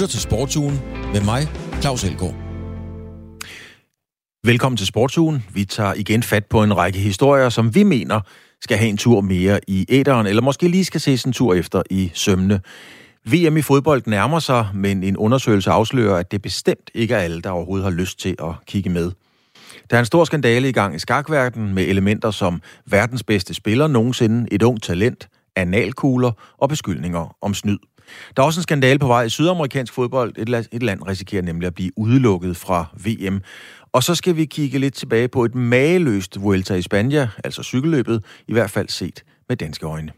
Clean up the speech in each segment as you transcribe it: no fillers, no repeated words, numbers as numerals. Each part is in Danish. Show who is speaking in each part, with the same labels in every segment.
Speaker 1: til Sportsugen med mig, Claus Elgaard.
Speaker 2: Velkommen til Sportsugen. Vi tager igen fat på en række historier, som vi mener skal have en tur mere i æteren, eller måske lige skal ses en tur efter i sømne. VM i fodbold nærmer sig, men en undersøgelse afslører, at det bestemt ikke er alle, der overhovedet har lyst til at kigge med. Der er en stor skandale i gang i skakverdenen med elementer som verdens bedste spiller nogensinde, et ungt talent, analkugler og beskyldninger om snyd. Der er også en skandale på vej i sydamerikansk fodbold. Et land risikerer nemlig at blive udelukket fra VM. Og så skal vi kigge lidt tilbage på et mageløst Vuelta i Spanien, altså cykelløbet, i hvert fald set med danske øjne.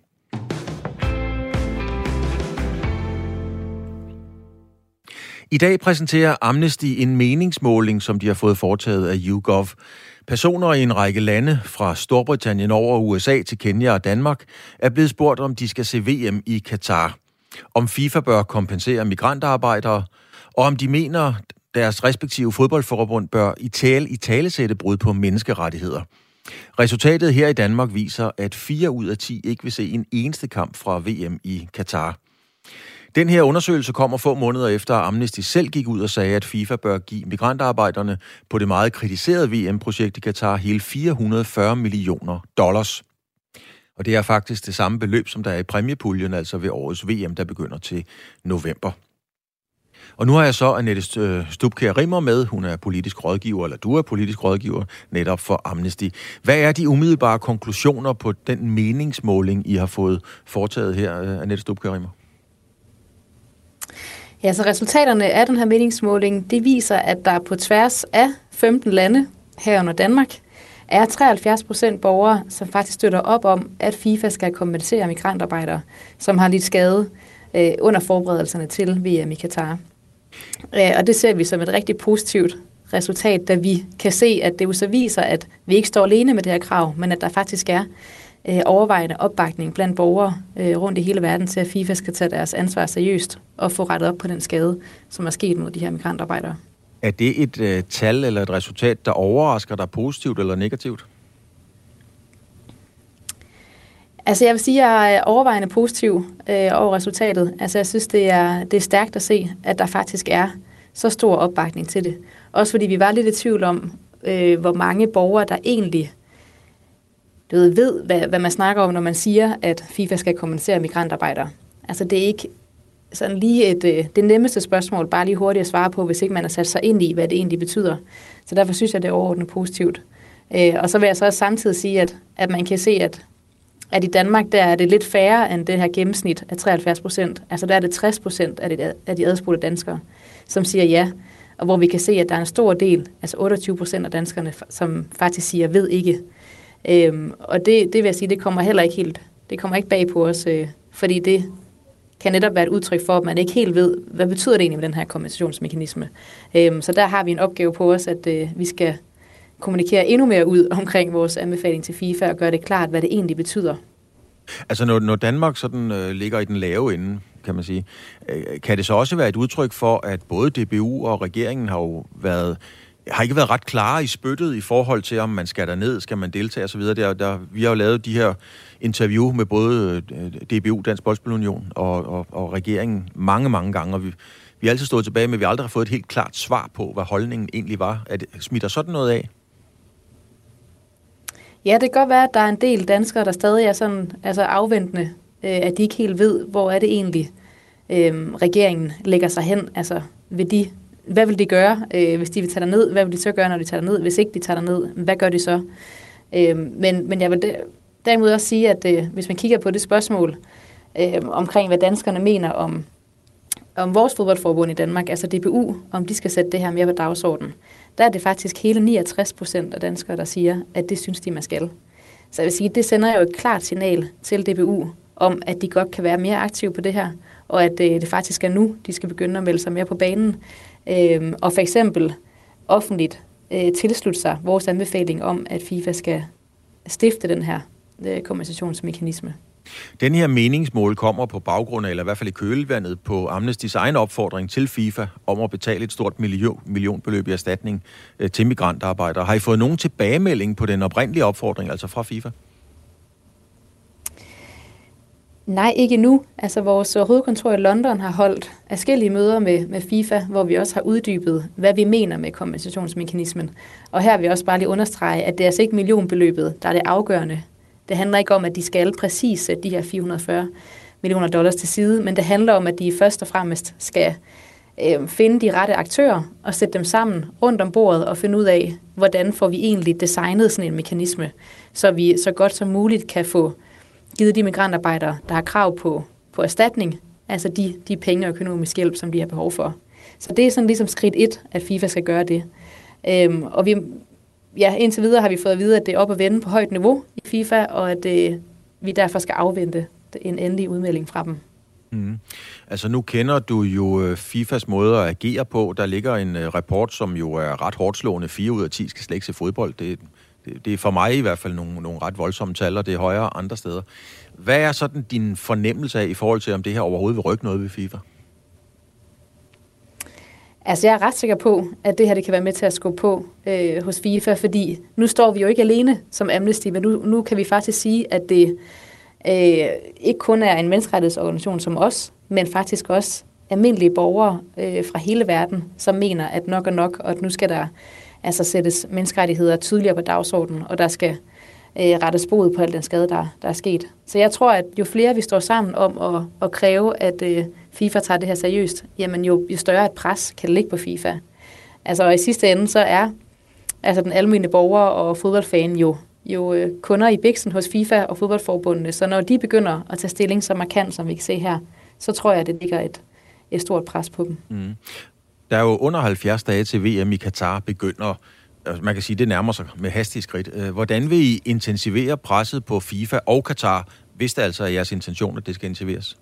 Speaker 2: I dag præsenterer Amnesty en meningsmåling, som de har fået foretaget af YouGov. Personer i en række lande, fra Storbritannien over USA til Kenya og Danmark, er blevet spurgt, om de skal se VM i Katar. Om FIFA bør kompensere migrantarbejdere, og om de mener, deres respektive fodboldforbund bør italesætte brud på menneskerettigheder. Resultatet her i Danmark viser, at 4 ud af 10 ikke vil se en eneste kamp fra VM i Katar. Den her undersøgelse kommer få måneder efter, at Amnesty selv gik ud og sagde, at FIFA bør give migrantarbejderne på det meget kritiserede VM-projekt i Katar hele $440 millioner. Og det er faktisk det samme beløb, som der er i præmiepuljen, altså ved årets VM, der begynder til november. Og nu har jeg så Annette Stubkjær Rimmer med. Hun er politisk rådgiver, eller du er politisk rådgiver, netop for Amnesty. Hvad er de umiddelbare konklusioner på den meningsmåling, I har fået foretaget her, Annette Stubkjær Rimmer?
Speaker 3: Ja, så resultaterne af den her meningsmåling, det viser, at der på tværs af 15 lande, herunder Danmark, er 73% borgere, som faktisk støtter op om, at FIFA skal kompensere migrantarbejdere, som har lidt skade under forberedelserne til VM i Katar. Og det ser vi som et rigtig positivt resultat, da vi kan se, at det jo så viser, at vi ikke står alene med det her krav, men at der faktisk er overvejende opbakning blandt borgere rundt i hele verden til, at FIFA skal tage deres ansvar seriøst og få rettet op på den skade, som er sket mod de her migrantarbejdere.
Speaker 2: Er det et tal eller et resultat, der overrasker dig positivt eller negativt?
Speaker 3: Altså jeg vil sige, at jeg er overvejende positiv over resultatet. Altså jeg synes, det er stærkt at se, at der faktisk er så stor opbakning til det. Også fordi vi var lidt i tvivl om, hvor mange borgere, der egentlig ved, hvad man snakker om, når man siger, at FIFA skal kompensere migrantarbejdere. Altså det er ikke sådan lige det nemmeste spørgsmål, bare lige hurtigt at svare på, hvis ikke man har sat sig ind i, hvad det egentlig betyder. Så derfor synes jeg, det er overordnet positivt. Og så vil jeg så også samtidig sige, at man kan se, at i Danmark, der er det lidt færre end det her gennemsnit af 73%. Altså der er det 60% af de adspurgte danskere, som siger ja. Og hvor vi kan se, at der er en stor del, altså 28% af danskerne, som faktisk siger ved ikke. Og det vil jeg sige, det kommer heller ikke helt, det kommer ikke bag på os, fordi det kan netop være et udtryk for, at man ikke helt ved, hvad betyder det egentlig med den her kompensationsmekanisme. Så der har vi en opgave på os, at vi skal kommunikere endnu mere ud omkring vores anbefaling til FIFA og gøre det klart, hvad det egentlig betyder.
Speaker 2: Altså når Danmark sådan ligger i den lave ende, kan man sige, kan det så også være et udtryk for, at både DBU og regeringen har ikke været ret klare i spyttet i forhold til, om man skal derned, skal man deltage osv. Vi har jo lavet de her interview med både DBU, Dansk Boldspilunion og regeringen mange gange, og vi har altid stået tilbage, men vi har aldrig fået et helt klart svar på, hvad holdningen egentlig var. Smitter sådan noget af?
Speaker 3: Ja, det kan godt være, at der er en del danskere, der stadig er sådan, altså afventende, at de ikke helt ved, hvor er det egentlig, regeringen lægger sig hen. Altså, hvad vil de gøre, hvis de vil tage derned? Hvad vil de så gøre, når de tager derned? Hvis ikke de tager derned, hvad gør de så? Men jeg vil derimod også sige, at hvis man kigger på det spørgsmål omkring, hvad danskerne mener om vores fodboldforbund i Danmark, altså DBU, om de skal sætte det her mere på dagsordenen, der er det faktisk hele 69% af danskere, der siger, at det synes de, man skal. Så jeg vil sige, det sender jo et klart signal til DBU om, at de godt kan være mere aktive på det her, og at det faktisk er nu, de skal begynde at melde sig mere på banen, og for eksempel offentligt tilslutte sig vores anbefaling om, at FIFA skal stifte den her kompensationsmekanisme.
Speaker 2: Den her meningsmål kommer på baggrund af, eller i hvert fald i kølvandet på Amnestys egen opfordring til FIFA om at betale et stort millionbeløb i erstatning til migrantarbejdere. Har I fået nogen tilbagemelding på den oprindelige opfordring, altså fra FIFA?
Speaker 3: Nej, ikke endnu. Altså vores hovedkontor i London har holdt forskellige møder med FIFA, hvor vi også har uddybet, hvad vi mener med kompensationsmekanismen. Og her vil jeg også bare lige understrege, at det er altså ikke millionbeløbet, der er det afgørende. Det handler ikke om, at de skal præcis sætte de her $440 millioner til side, men det handler om, at de først og fremmest skal finde de rette aktører og sætte dem sammen rundt om bordet og finde ud af, hvordan får vi egentlig designet sådan en mekanisme, så vi så godt som muligt kan få givet de migrantarbejdere, der har krav på erstatning, altså de penge og økonomisk hjælp, som de har behov for. Så det er sådan ligesom skridt 1, at FIFA skal gøre det. Og indtil videre har vi fået at vide, at det er op at vende på højt niveau i FIFA, og at vi derfor skal afvente en endelig udmelding fra dem.
Speaker 2: Mm. Altså nu kender du jo FIFAs måde at agere på. Der ligger en rapport, som jo er ret hårdt slående. 4 ud af 10 skal slet ikke se fodbold. Det er for mig i hvert fald nogle ret voldsomme tal, og det er højere andre steder. Hvad er sådan din fornemmelse af i forhold til, om det her overhovedet vil rykke noget ved FIFA?
Speaker 3: Altså jeg er ret sikker på, at det her det kan være med til at skubbe på hos FIFA, fordi nu står vi jo ikke alene som Amnesty, men nu kan vi faktisk sige, at det ikke kun er en menneskerettighedsorganisation som os, men faktisk også almindelige borgere fra hele verden, som mener, at nok er nok, og at nu skal der altså sættes menneskerettigheder tydeligere på dagsordenen, og der skal rettes bod på al den skade, der er sket. Så jeg tror, at jo flere vi står sammen om at kræve, at FIFA tager det her seriøst, jamen jo større et pres kan det ligge på FIFA. Altså og i sidste ende, så er altså den almindelige borger og fodboldfan jo kunder i biksen hos FIFA og fodboldforbundene, så når de begynder at tage stilling så markant, som vi kan se her, så tror jeg, at det ligger et stort pres på dem.
Speaker 2: Mm. Der er jo under 70 dage til VM i Katar begynder. Man kan sige, det nærmer sig med hastige skridt. Hvordan vil I intensivere presset på FIFA og Katar, hvis det altså er jeres intention, at det skal intensiveres?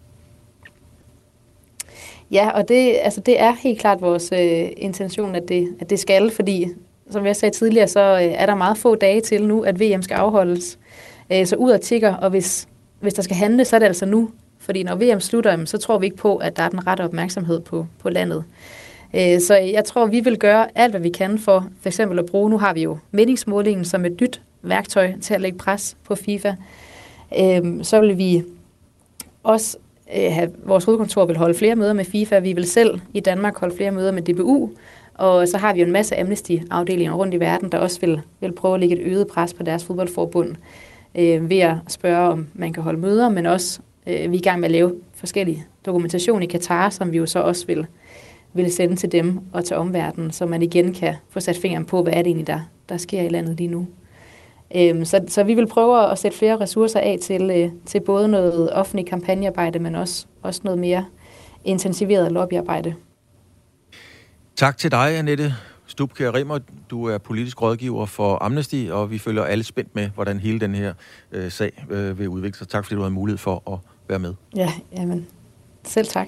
Speaker 3: Ja, og det er helt klart vores intention, at det skal, fordi som jeg sagde tidligere, så er der meget få dage til nu, at VM skal afholdes. Så ud og tikker, og hvis der skal handle, så er det altså nu. Fordi når VM slutter, så tror vi ikke på, at der er den rette opmærksomhed på landet. Så jeg tror, vi vil gøre alt, hvad vi kan for eksempel at bruge. Nu har vi jo meningsmålingen som et nyt værktøj til at lægge pres på FIFA. Så vil vi også have vores hovedkontor vil holde flere møder med FIFA. Vi vil selv i Danmark holde flere møder med DBU. Og så har vi jo en masse Amnesty-afdelinger rundt i verden, der også vil prøve at lægge et øget pres på deres fodboldforbund ved at spørge, om man kan holde møder, men også vi er i gang med at lave forskellige dokumentation i Katar, som vi jo så også vil sende til dem og til omverdenen, så man igen kan få sat fingeren på, hvad er det egentlig, der sker i landet lige nu. Så vi vil prøve at sætte flere ressourcer af til både noget offentligt kampagnearbejde, men også noget mere intensiveret lobbyarbejde.
Speaker 2: Tak til dig, Annette Stubkjær Rimmer. Du er politisk rådgiver for Amnesty, og vi følger alle spændt med, hvordan hele den her sag vil udvikle sig. Tak fordi du har mulighed for at være med.
Speaker 3: Ja, jamen, selv tak.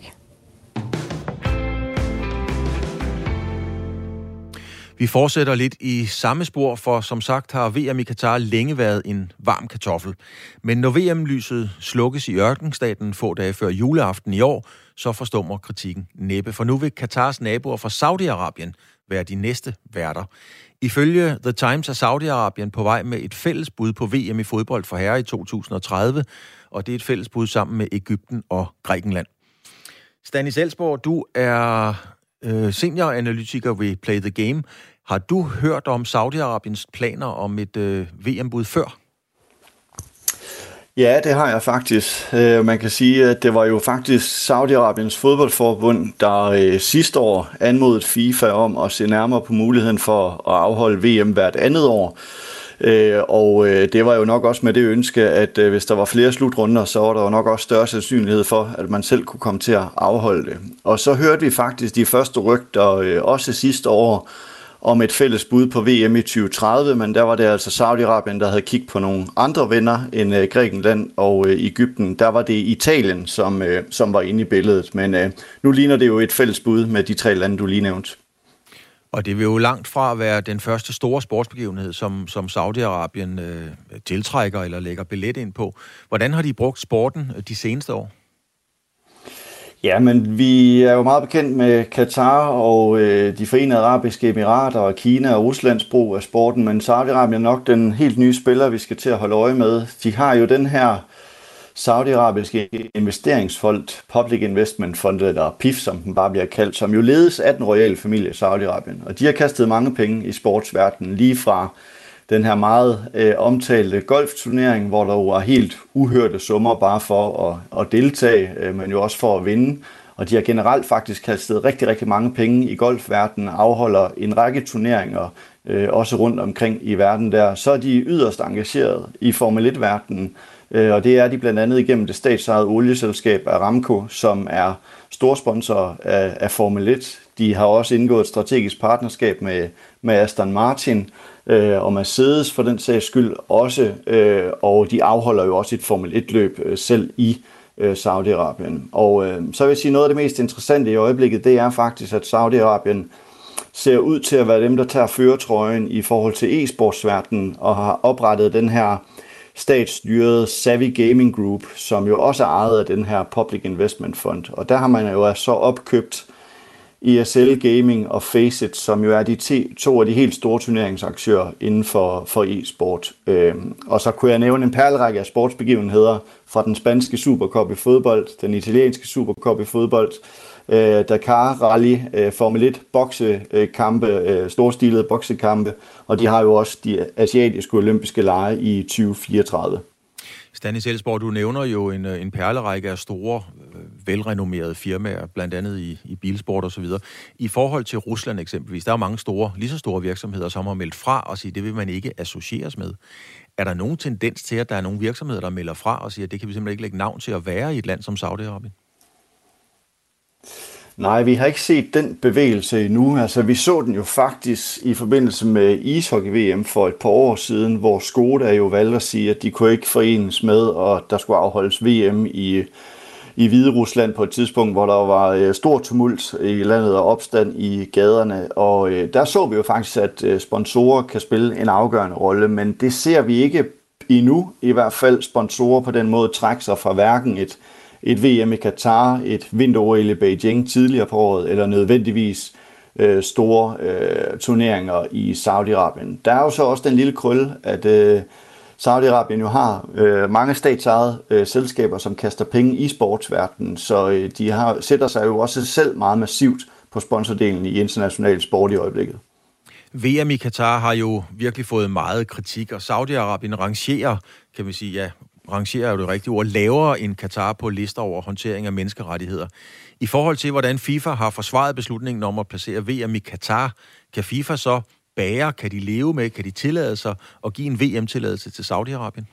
Speaker 2: Vi fortsætter lidt i samme spor, for som sagt har VM i Katar længe været en varm kartoffel. Men når VM-lyset slukkes i ørkenstaten få dage før juleaften i år, så forstummer kritikken næppe. For nu vil Katars naboer fra Saudi-Arabien være de næste værter. Ifølge The Times er Saudi-Arabien på vej med et fælles bud på VM i fodbold for herrer i 2030, og det er et fælles bud sammen med Egypten og Grækenland. Stanis Elsborg, du er senioranalytiker ved Play the Game. Har du hørt om Saudi-Arabiens planer om et VM-bud før?
Speaker 4: Ja, det har jeg faktisk. Man kan sige, at det var jo faktisk Saudi-Arabiens fodboldforbund, der sidste år anmodede FIFA om at se nærmere på muligheden for at afholde VM hvert andet år. Og det var jo nok også med det ønske, at hvis der var flere slutrunder, så var der jo nok også større sandsynlighed for, at man selv kunne komme til at afholde det. Og så hørte vi faktisk de første rygter, også sidste år, om et fælles bud på VM i 2030, men der var det altså Saudi-Arabien, der havde kigget på nogle andre venner end Grækenland og Egypten. Der var det Italien, som var inde i billedet, men nu ligner det jo et fælles bud med de 3 lande, du lige nævnte.
Speaker 2: Og det vil jo langt fra være den første store sportsbegivenhed, som Saudi-Arabien tiltrækker eller lægger billet ind på. Hvordan har de brugt sporten de seneste år?
Speaker 4: Ja, men vi er jo meget bekendt med Katar og de Forenede Arabiske Emirater og Kina og Ruslands brug af sporten, men Saudi-Arabien er nok den helt nye spiller, vi skal til at holde øje med. De har jo den her saudiarabiske investeringsfond, Public Investment Fund, eller PIF, som den bare bliver kaldt, som jo ledes af den royale familie i Saudi-Arabien. Og de har kastet mange penge i sportsverdenen, lige fra den her meget omtalte golfturnering, hvor der jo var helt uhørte summer bare for at deltage, men jo også for at vinde. Og de har generelt faktisk kastet rigtig, rigtig mange penge i golfverdenen, afholder en række turneringer, også rundt omkring i verden der. Så er de yderst engageret i Formel 1-verdenen, og det er de blandt andet igennem det statsejede olieselskab Aramco, som er storsponsor af Formel 1. De har også indgået et strategisk partnerskab med Aston Martin og Mercedes for den sags skyld også, og de afholder jo også et Formel 1-løb selv i Saudi-Arabien. Og så vil jeg sige, noget af det mest interessante i øjeblikket, det er faktisk, at Saudi-Arabien ser ud til at være dem, der tager førertrøjen i forhold til e-sportsverdenen og har oprettet den her statsstyrede Savvy Gaming Group, som jo også er ejet af den her Public Investment Fund. Og der har man jo så opkøbt ESL Gaming og Faceit, som jo er de to af de helt store turneringsaktører inden for e-sport. Og så kunne jeg nævne en perlerække af sportsbegivenheder fra den spanske Supercup i fodbold, den italienske Supercup i fodbold, Dakar Rally, Formel 1 boksekampe, storstilede boksekampe, og de har jo også de asiatiske olympiske lege i 2034.
Speaker 2: Stanis Elsborg, du nævner jo en perlerække af store, velrenommerede firmaer, blandt andet i bilsport og så videre. I forhold til Rusland eksempelvis, der er mange lige så store virksomheder, som har meldt fra og siger, det vil man ikke associeres med. Er der nogen tendens til, at der er nogle virksomheder, der melder fra og siger, at det kan vi simpelthen ikke lægge navn til at være i et land som Saudi-Arabien?
Speaker 4: Nej, vi har ikke set den bevægelse endnu. Altså, vi så den jo faktisk i forbindelse med ishockey-VM for et par år siden, hvor Skoda jo valgte at sige, at de kunne ikke forenes med, og der skulle afholdes VM i Hviderusland på et tidspunkt, hvor der var stor tumult i landet og opstand i gaderne. Og der så vi jo faktisk, at sponsorer kan spille en afgørende rolle, men det ser vi ikke endnu. I hvert fald sponsorer på den måde trækker sig fra hverken et VM i Katar, et vinter-OL i Beijing tidligere på året, eller nødvendigvis store turneringer i Saudi-Arabien. Der er jo så også den lille krølle, at Saudi-Arabien jo har mange statsejede selskaber, som kaster penge i sportsverdenen, så de sætter sig jo også selv meget massivt på sponsordelen i international sport i øjeblikket.
Speaker 2: VM i Katar har jo virkelig fået meget kritik, og Saudi-Arabien rangerer, kan vi sige, rangerer jo det rigtige ord, lavere end Katar på lister over håndtering af menneskerettigheder. I forhold til, hvordan FIFA har forsvaret beslutningen om at placere VM i Katar, kan FIFA så bære, kan de leve med, kan de tillade sig at give en VM-tilladelse til Saudi-Arabien?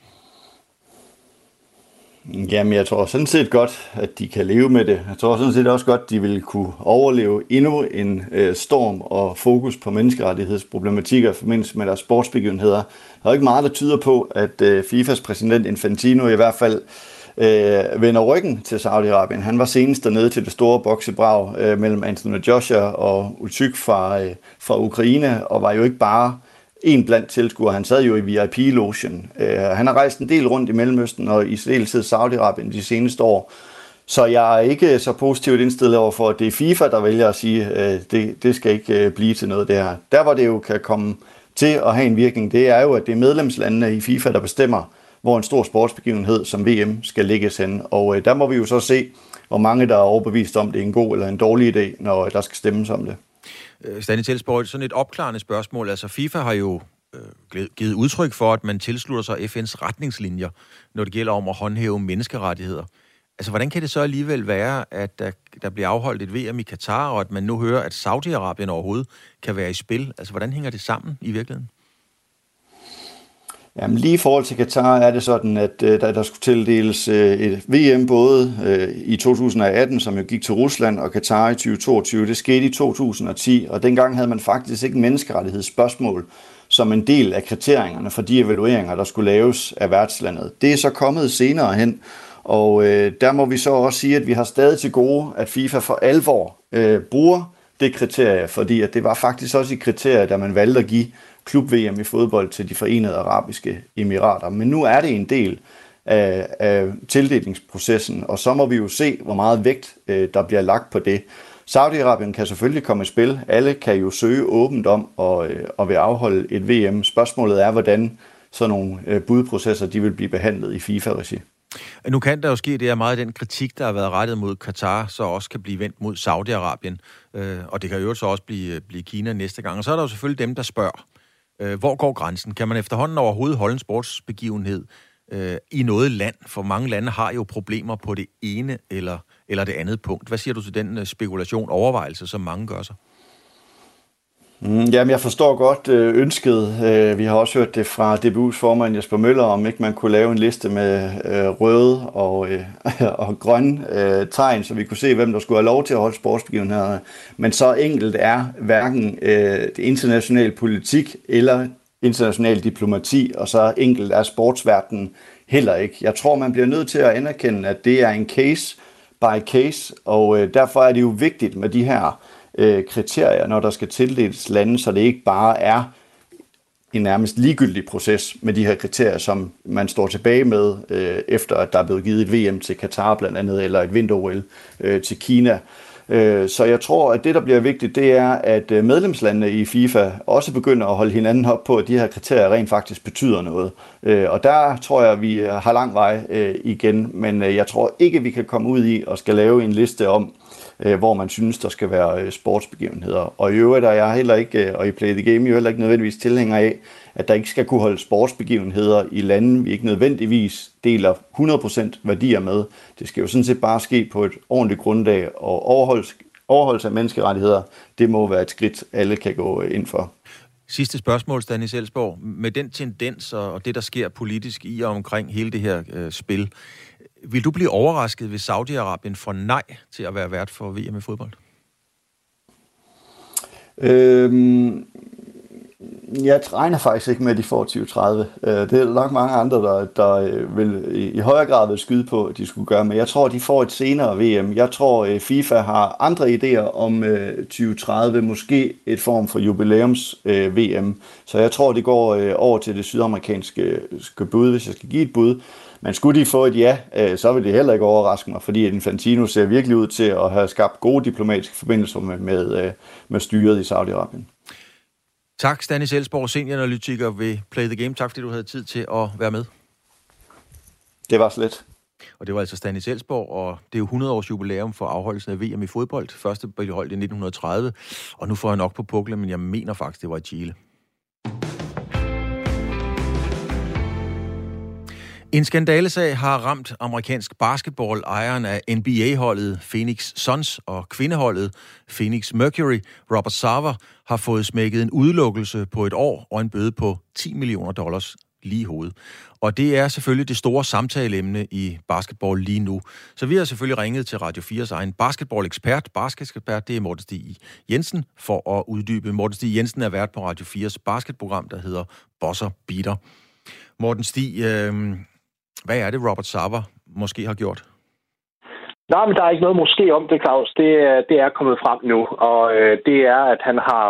Speaker 4: Jamen, jeg tror sådan set godt, at de kan leve med det. Jeg tror sådan set også godt, at de vil kunne overleve endnu en storm og fokus på menneskerettighedsproblematikker i forbindelse med deres sportsbegivenheder. Der er ikke meget, der tyder på, at FIFAs præsident Infantino i hvert fald vender ryggen til Saudi-Arabien. Han var senest dernede til det store boksebrag mellem Anthony Joshua og Usyk fra Ukraine, og var jo ikke bare en blandt tilskuere. Han sad jo i VIP-logen. Han har rejst en del rundt i Mellemøsten og i særdeleshed Saudi-Arabien de seneste år. Så jeg er ikke så positivt indstillet over for, at det er FIFA, der vælger at sige, at det skal ikke blive til noget det her. Der, hvor det jo kan komme til at have en virkning, det er jo, at det er medlemslandene i FIFA, der bestemmer, hvor en stor sportsbegivenhed som VM skal lægges hen. Og der må vi jo så se, hvor mange der er overbevist om, det er en god eller en dårlig idé, når der skal stemmes om det.
Speaker 2: Stanis Elsborg, sådan et opklarende spørgsmål. Altså FIFA har jo givet udtryk for, at man tilslutter sig FN's retningslinjer, når det gælder om at håndhæve menneskerettigheder. Altså, hvordan kan det så alligevel være, at der bliver afholdt et VM i Katar, og at man nu hører, at Saudi-Arabien overhovedet kan være i spil? Altså, hvordan hænger det sammen i virkeligheden?
Speaker 4: Jamen, lige i forhold til Katar er det sådan, at der skulle tildeles et VM både i 2018, som jo gik til Rusland, og Katar i 2022. Det skete i 2010, og dengang havde man faktisk ikke menneskerettighedsspørgsmål som en del af kriterierne for de evalueringer, der skulle laves af værtslandet. Det er så kommet senere hen, og der må vi så også sige, at vi har stadig til gode, at FIFA for alvor bruger det kriterie, fordi at det var faktisk også et kriterie, da man valgte at give klub-VM i fodbold til de Forenede Arabiske Emirater. Men nu er det en del af tildelingsprocessen, og så må vi jo se, hvor meget vægt der bliver lagt på det. Saudi-Arabien kan selvfølgelig komme i spil. Alle kan jo søge åbent om og vil afholde et VM. Spørgsmålet er, hvordan sådan nogle budprocesser de vil blive behandlet i FIFA-regi.
Speaker 2: Nu kan der jo ske, det er meget af den kritik, der har været rettet mod Katar, så også kan blive vendt mod Saudi-Arabien, og det kan jo så også blive Kina næste gang. Og så er der jo selvfølgelig dem, der spørger, hvor går grænsen? Kan man efterhånden overhovedet holde en sportsbegivenhed i noget land? For mange lande har jo problemer på det ene eller det andet punkt. Hvad siger du til den spekulation, overvejelse, som mange gør sig?
Speaker 4: Jamen, jeg forstår godt ønsket. Vi har også hørt det fra DBU's formand Jesper Møller, om ikke man kunne lave en liste med røde og grønne tegn, så vi kunne se, hvem der skulle have lov til at holde sportsbegivenheder. Men så enkelt er hverken det internationale politik eller international diplomati, og så enkelt er sportsverdenen heller ikke. Jeg tror, man bliver nødt til at anerkende, at det er en case by case, og derfor er det jo vigtigt med de her kriterier, når der skal tildeles lande, så det ikke bare er en nærmest ligegyldig proces med de her kriterier, som man står tilbage med, efter at der er blevet givet et VM til Katar blandt andet, eller et vinter-OL til Kina. Så jeg tror, at det, der bliver vigtigt, det er, at medlemslandene i FIFA også begynder at holde hinanden op på, at de her kriterier rent faktisk betyder noget. Og der tror jeg, at vi har lang vej igen, men jeg tror ikke, vi kan komme ud i og skal lave en liste om, hvor man synes, der skal være sportsbegivenheder. Og i øvrigt er jeg heller ikke, og i Play the Game, jo heller ikke nødvendigvis tilhænger af, at der ikke skal kunne holde sportsbegivenheder i lande, vi ikke nødvendigvis deler 100% værdier med. Det skal jo sådan set bare ske på et ordentligt grundlag, og overholdelse af menneskerettigheder, det må være et skridt, alle kan gå ind for.
Speaker 2: Sidste spørgsmål, Stanis Elsborg. Med den tendens og det, der sker politisk i og omkring hele det her spil, vil du blive overrasket, hvis Saudi-Arabien får nej til at være vært for VM i fodbold?
Speaker 4: Jeg regner faktisk ikke med, at de får 2030. Det er nok mange andre, der vil i højere grad vil skyde på, at de skulle gøre, men jeg tror, de får et senere VM. Jeg tror, FIFA har andre idéer om 2030, måske et form for jubilæums-VM. Så jeg tror, det går over til det sydamerikanske bud, hvis jeg skal give et bud. Men skulle de få et ja, så vil det heller ikke overraske mig, fordi Infantino ser virkelig ud til at have skabt gode diplomatiske forbindelser med styret i Saudi-Arabien.
Speaker 2: Tak, Stanis Elsborg, senioranalytiker ved Play the Game. Tak, fordi du havde tid til at være med.
Speaker 4: Det var slet.
Speaker 2: Og det var altså Stanis Elsborg, og det er jo 100 års jubilæum for afholdelsen af VM i fodbold. Første blev holdt i 1930, og nu får jeg nok på puklen, men jeg mener faktisk, det var i Chile. En skandalesag har ramt amerikansk basketball. Ejeren af NBA-holdet Phoenix Suns og kvindeholdet Phoenix Mercury, Robert Sarver, har fået smækket en udelukkelse på 1 år og en bøde på $10 millioner lige i hovedet. Og det er selvfølgelig det store samtaleemne i basketball lige nu. Så vi har selvfølgelig ringet til Radio 4's egen basketball-ekspert. Basketekspert, det er Morten Stig Jensen, for at uddybe. Morten Stig Jensen er vært på Radio 4's basketprogram, der hedder Buzzer Beater. Morten Stig, hvad er det, Robert Sarver måske har gjort?
Speaker 5: Nej, men der er ikke noget måske om det, Claus. Det er kommet frem nu, og det er, at han har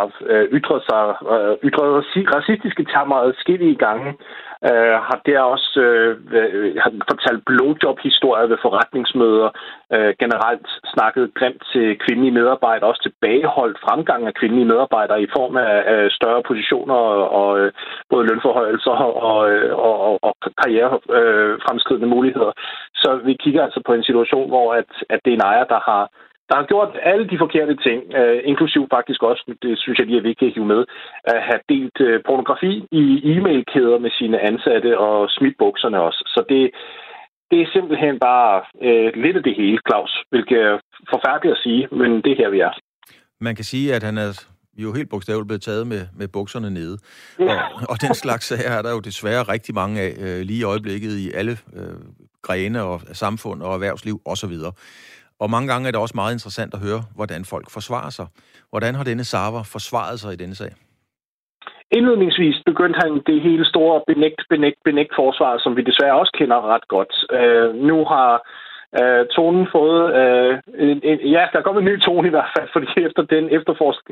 Speaker 5: ytret racistiske termer adskillige gange. Har der også fortalt blowjob-historier ved forretningsmøder, generelt snakket grimt til kvindelige medarbejdere, også tilbageholdt fremgang af kvindelige medarbejdere i form af større positioner og både lønforhøjelser og karrierefremskridende muligheder. Så vi kigger altså på en situation, hvor at det er en ejer, der har gjort alle de forkerte ting, inklusiv faktisk også, det synes jeg lige er vigtigt at hive med, at have delt pornografi i e-mailkæder med sine ansatte og smidt bukserne også. Så det er simpelthen bare lidt af det hele, Claus, hvilket er forfærdeligt at sige, men det er her, vi er.
Speaker 2: Man kan sige, at han er jo helt bogstaveligt blevet taget med bukserne nede. Og den slags sager er der jo desværre rigtig mange af lige i øjeblikket i alle grene og samfund og erhvervsliv osv. Og mange gange er det også meget interessant at høre, hvordan folk forsvarer sig. Hvordan har denne Sarver forsvaret sig i denne sag?
Speaker 5: Indledningsvis begyndte han det hele store benægt forsvar, som vi desværre også kender ret godt. Nu har tonen fået... der er kommet en ny tone i hvert fald, fordi efter den efterforskning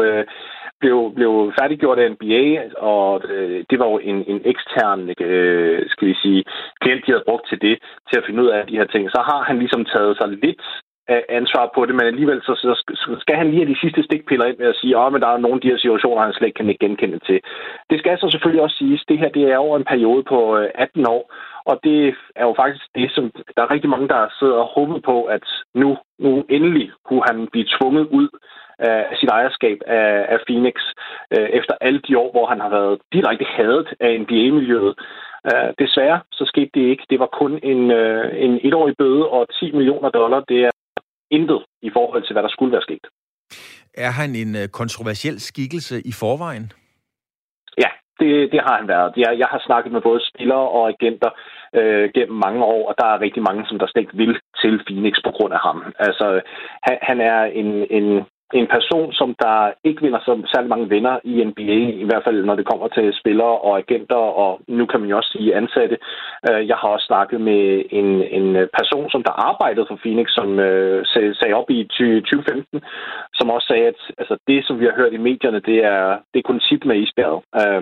Speaker 5: blev færdiggjort af NBA, og det var jo en ekstern, skal vi sige, klient, de havde brugt til det, til at finde ud af de her ting. Så har han ligesom taget sig lidt ansvar på det, men alligevel så skal han lige have de sidste stikpiller ind med at sige, men der er nogle af de her situationer, han slet ikke kan genkende til. Det skal så selvfølgelig også siges, det her det er over en periode på 18 år, Og det er jo faktisk det, som der er rigtig mange, der sidder og håber på, at nu endelig kunne han blive tvunget ud af sit ejerskab af Phoenix, efter alle de år, hvor han har været direkte hadet af NBA-miljøet. Desværre så skete det ikke. Det var kun en etårig bøde og $10 million. Det er intet i forhold til, hvad der skulle være sket.
Speaker 2: Er han en kontroversiel skikkelse i forvejen?
Speaker 5: Ja, det har han været. Jeg har snakket med både spillere og agenter gennem mange år, og der er rigtig mange, som der slet ikke vil til Phoenix på grund af ham. Altså, han er en person, som der ikke vinder så særlig mange venner i NBA, i hvert fald når det kommer til spillere og agenter, og nu kan man jo også sige ansatte. Jeg har også snakket med en person, som der arbejdede for Phoenix, som sagde op i 2015, som også sagde, at altså, det, som vi har hørt i medierne, det er kun tip med isbjerget.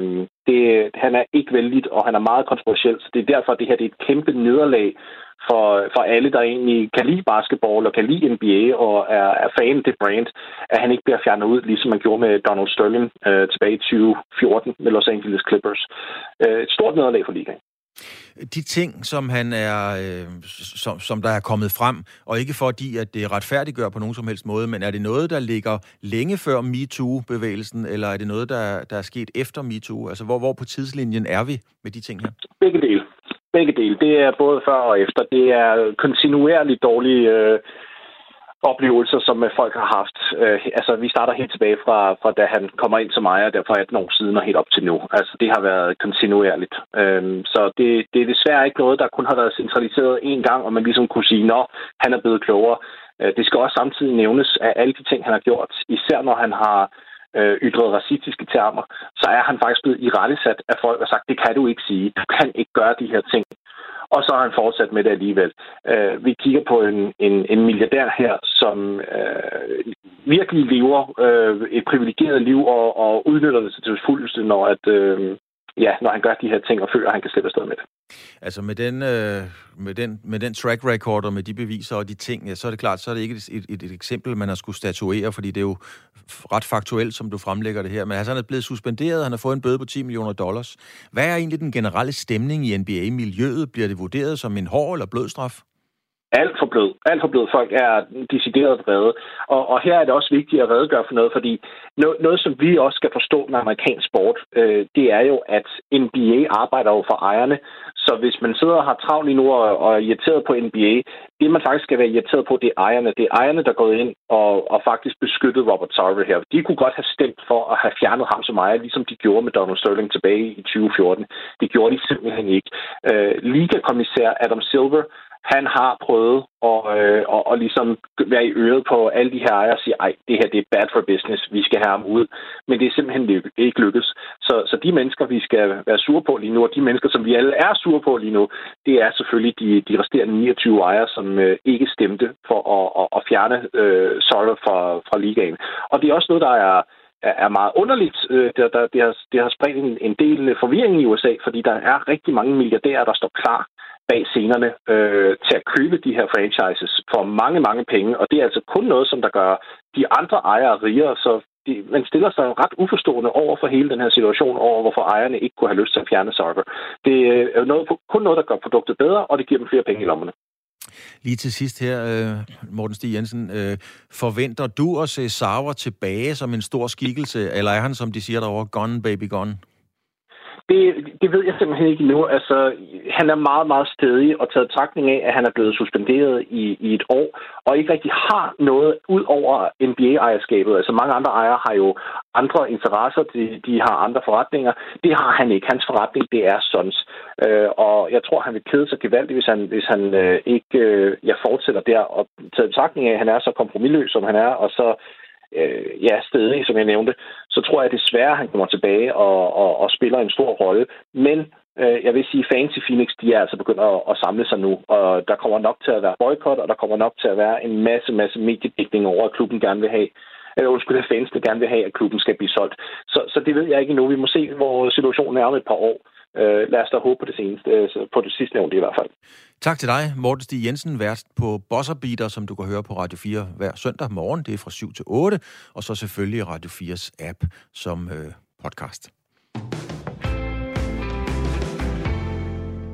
Speaker 5: Han er ikke vældigt, og han er meget kontroversiel, så det er derfor, at det her det er et kæmpe nederlag for alle, der egentlig kan lide basketball og kan lide NBA og er fan af det brand, at han ikke bliver fjernet ud, ligesom man gjorde med Donald Sterling tilbage i 2014 med Los Angeles Clippers. Et stort nederlag for ligaen.
Speaker 2: De ting, som han er, som der er kommet frem, og ikke fordi, at det retfærdiggør på nogen som helst måde, men er det noget, der ligger længe før MeToo-bevægelsen, eller er det noget, der er sket efter MeToo? Altså, hvor på tidslinjen er vi med de ting her?
Speaker 5: Begge dele. Det er både før og efter. Det er kontinuerligt dårlige oplevelser, som folk har haft. Altså, vi starter helt tilbage fra da han kommer ind som ejer, der for 18 år siden og helt op til nu. Altså, det har været kontinuerligt. Så det er desværre ikke noget, der kun har været centraliseret én gang, og man ligesom kunne sige, nå, han er blevet klogere. Det skal også samtidig nævnes af alle de ting, han har gjort, især når han har ytret racistiske termer, så er han faktisk blevet irettesat af folk og sagt, det kan du ikke sige. Du kan ikke gøre de her ting. Og så har han fortsat med det alligevel. Vi kigger på en milliardær her, som virkelig lever et privilegeret liv og udnytter det til fuldeste, når han gør de her ting og føler, at han kan slippe afsted med det.
Speaker 2: Altså med den track record og med de beviser og de ting, ja, så er det klart, så er det ikke et eksempel, man har skulle statuere, fordi det er jo ret faktuelt, som du fremlægger det her. Men altså, han er blevet suspenderet, han har fået en bøde på $10 million. Hvad er egentlig den generelle stemning i NBA-miljøet? Bliver det vurderet som en hård eller blød straf?
Speaker 5: Alt for blød. Folk er decideret vrede. Og her er det også vigtigt at redegøre for noget, fordi noget, som vi også skal forstå med amerikansk sport, det er jo, at NBA arbejder jo for ejerne. Så hvis man sidder og har travlt lige nu og er irriteret på NBA, det man faktisk skal være irriteret på, det er ejerne. Det er ejerne, der er gået ind og faktisk beskyttet Robert Sarver her. De kunne godt have stemt for at have fjernet ham som ejer, ligesom de gjorde med Donald Sterling tilbage i 2014. Det gjorde de simpelthen ikke. Ligakommissær Adam Silver, han har prøvet at ligesom være i øret på alle de her ejere og sige, ej, det her det er bad for business, vi skal have ham ud. Men det er simpelthen ikke lykkes. Så de mennesker, vi skal være sure på lige nu, og de mennesker, som vi alle er sure på lige nu, det er selvfølgelig de resterende 29 ejere, som ikke stemte for at fjerne Sarver fra ligaen. Og det er også noget, der er meget underligt. Det har spredt en del forvirring i USA, fordi der er rigtig mange milliardærer, der står klar bag scenerne til at købe de her franchises for mange, mange penge. Og det er altså kun noget, som der gør de andre ejere rigere. Så man stiller sig ret uforstående over for hele den her situation, over hvorfor ejerne ikke kunne have lyst til at fjerne Sarver. Det er kun noget, der gør produktet bedre, og det giver dem flere penge i lommerne.
Speaker 2: Lige til sidst her, Morten Stig Jensen, forventer du at se Sarver tilbage som en stor skikkelse, eller er han, som de siger derovre, gone baby gone?
Speaker 5: Det ved jeg simpelthen ikke endnu. Altså, han er meget, meget stædig og taget betragtning af, at han er blevet suspenderet i et år, og ikke rigtig har noget ud over NBA-ejerskabet. Altså, mange andre ejere har jo andre interesser, de har andre forretninger. Det har han ikke. Hans forretning, det er Suns. Og jeg tror, han vil kede sig gevaldigt, hvis han ikke fortsætter der, og taget betragtning af, at han er så kompromisløs, som han er, og så stedig, som jeg nævnte, så tror jeg desværre, at han kommer tilbage og spiller en stor rolle. Men jeg vil sige, fans i Phoenix, de er altså begyndt at samle sig nu, og der kommer nok til at være boykot, og der kommer nok til at være en masse mediedækning over, at klubben gerne vil have, at fansene gerne vil have, at klubben skal blive solgt. Så det ved jeg ikke endnu. Vi må se, hvor situationen er om et par år. Lad os da håbe på det sidste nævnte i hvert fald.
Speaker 2: Tak til dig, Morten Stig Jensen, vært på Buzzer Beater, som du kan høre på Radio 4 hver søndag morgen. Det er fra 7 til 8, og så selvfølgelig Radio 4's app som podcast.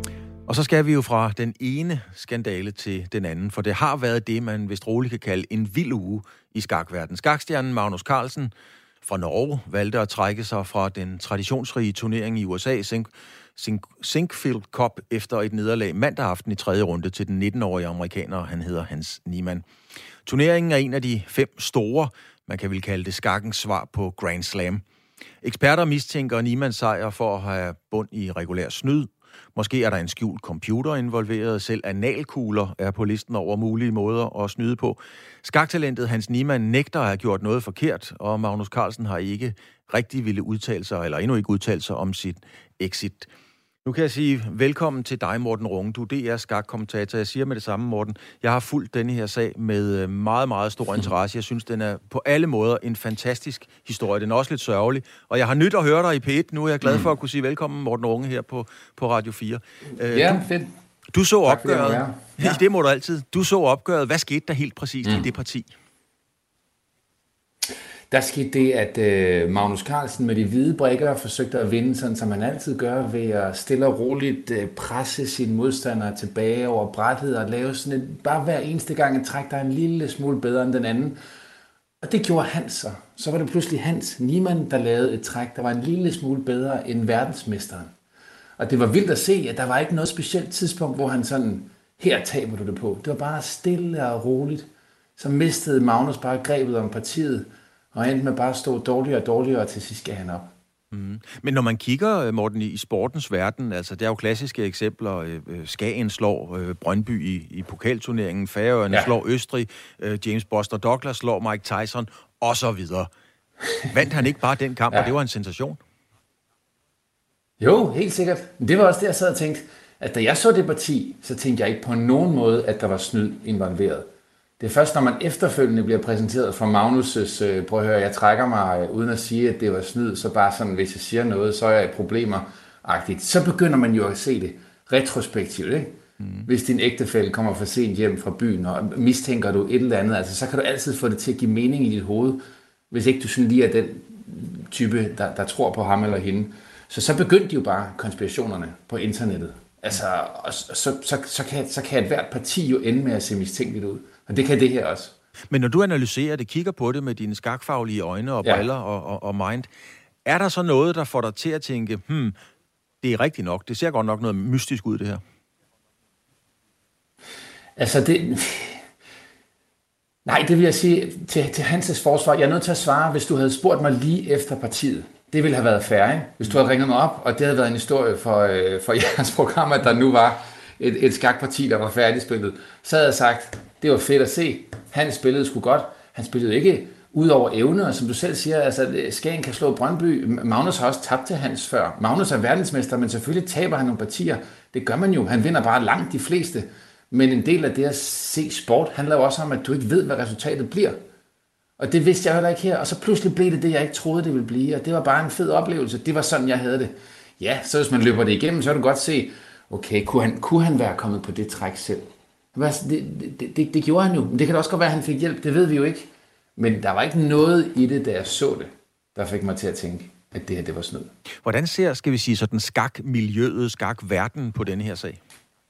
Speaker 2: Og så skal vi jo fra den ene skandale til den anden, for det har været det, man vist roligt kan kalde en vild uge i skakverdenen. Skakstjernen Magnus Carlsen fra Norge valgte at trække sig fra den traditionsrige turnering i USA, Sinquefield Cup, efter et nederlag mandag aften i 3. runde til den 19-årige amerikaner, han hedder Hans Niemann. Turneringen er en af de 5 store, man kan vel kalde det skakkens svar på Grand Slam. Eksperter mistænker Niemanns sejr for at have bund i regulær snyd. Måske er der en skjult computer involveret. Selv analkugler er på listen over mulige måder at snyde på. Skaktalentet Hans Niemann nægter at have gjort noget forkert, og Magnus Carlsen har ikke rigtig ville udtale sig, eller endnu ikke udtale sig om sit exit. Nu kan jeg sige velkommen til dig, Morten Runge. Du er DR skakkommentator. Jeg siger med det samme, Morten. Jeg har fulgt denne her sag med meget, meget stor interesse. Jeg synes, den er på alle måder en fantastisk historie. Den er også lidt sørgelig. Og jeg har nyt at høre dig i P1. Nu er jeg glad for at kunne sige velkommen, Morten Runge, her på Radio 4.
Speaker 6: Ja, fedt.
Speaker 2: Du så opgøret. Ja. Det må du altid. Du så opgøret. Hvad skete der helt præcist i det parti?
Speaker 6: Der skete det, at Magnus Carlsen med de hvide brikker forsøgte at vinde, sådan som han altid gør, ved at stille og roligt presse sine modstandere tilbage over brættet og lave sådan et, bare hver eneste gang et træk, der er en lille smule bedre end den anden. Og det gjorde Hans så. Så var det pludselig Hans Niemann, der lavede et træk, der var en lille smule bedre end verdensmesteren. Og det var vildt at se, at der var ikke noget specielt tidspunkt, hvor han sådan, her taber du det på. Det var bare stille og roligt. Så mistede Magnus bare grebet om partiet, og endte med bare at stå dårligere og dårligere, og til sidst skal han op.
Speaker 2: Mm. Men når man kigger, Morten, i sportens verden, altså der er jo klassiske eksempler. Skagen slår Brøndby i pokalturneringen, Færøerne slår Østrig, James Buster Douglas slår Mike Tyson, og så videre. Vandt han ikke bare den kamp, og det var en sensation?
Speaker 6: Jo, helt sikkert. Det var også det, jeg sad og tænkte, at da jeg så det parti, så tænkte jeg ikke på nogen måde, at der var snyd involveret. Det er først, når man efterfølgende bliver præsenteret for Magnus' prøv at høre, jeg trækker mig uden at sige, at det var snyd, så bare sådan, hvis jeg siger noget, så er jeg i problemer-agtigt. Så begynder man jo at se det retrospektivt, ikke? Hvis din ægtefælle kommer for sent hjem fra byen, og mistænker du et eller andet, altså, så kan du altid få det til at give mening i dit hoved, hvis ikke du sådan lige er den type, der tror på ham eller hende. Så begyndte de jo bare konspirationerne på internettet. Altså, så kan et hvert parti jo ende med at se mistænkeligt ud. Og det kan det her også.
Speaker 2: Men når du analyserer det, kigger på det med dine skakfaglige øjne og briller og mind, er der så noget, der får dig til at tænke, det er rigtigt nok, det ser godt nok noget mystisk ud, det her?
Speaker 6: Altså Nej, det vil jeg sige til Hans' forsvar. Jeg er nødt til at svare, hvis du havde spurgt mig lige efter partiet. Det ville have været fair, ikke? Hvis du havde ringet mig op, og det havde været en historie for jeres program, at der nu var et skakparti, der var færdigspillet, så havde jeg sagt, det var fedt at se. Han spillede sgu godt. Han spillede ikke ud over evne, og som du selv siger, altså Skagen kan slå Brøndby. Magnus har også tabt til Hans før. Magnus er verdensmester, men selvfølgelig taber han nogle partier. Det gør man jo. Han vinder bare langt de fleste. Men en del af det at se sport handler jo også om, at du ikke ved, hvad resultatet bliver. Og det vidste jeg heller ikke her. Og så pludselig blev det, jeg ikke troede, det ville blive. Og det var bare en fed oplevelse. Det var sådan, jeg havde det. Ja, så hvis man løber det igennem, så kan du godt se, okay, kunne han være kommet på det træk selv? Det gjorde han jo. Men det kan da også godt være, at han fik hjælp. Det ved vi jo ikke. Men der var ikke noget i det, da jeg så det, der fik mig til at tænke, at det her, det var snyd.
Speaker 2: Hvordan ser, skal vi sige, sådan skakmiljøet, skakverdenen på denne her sag?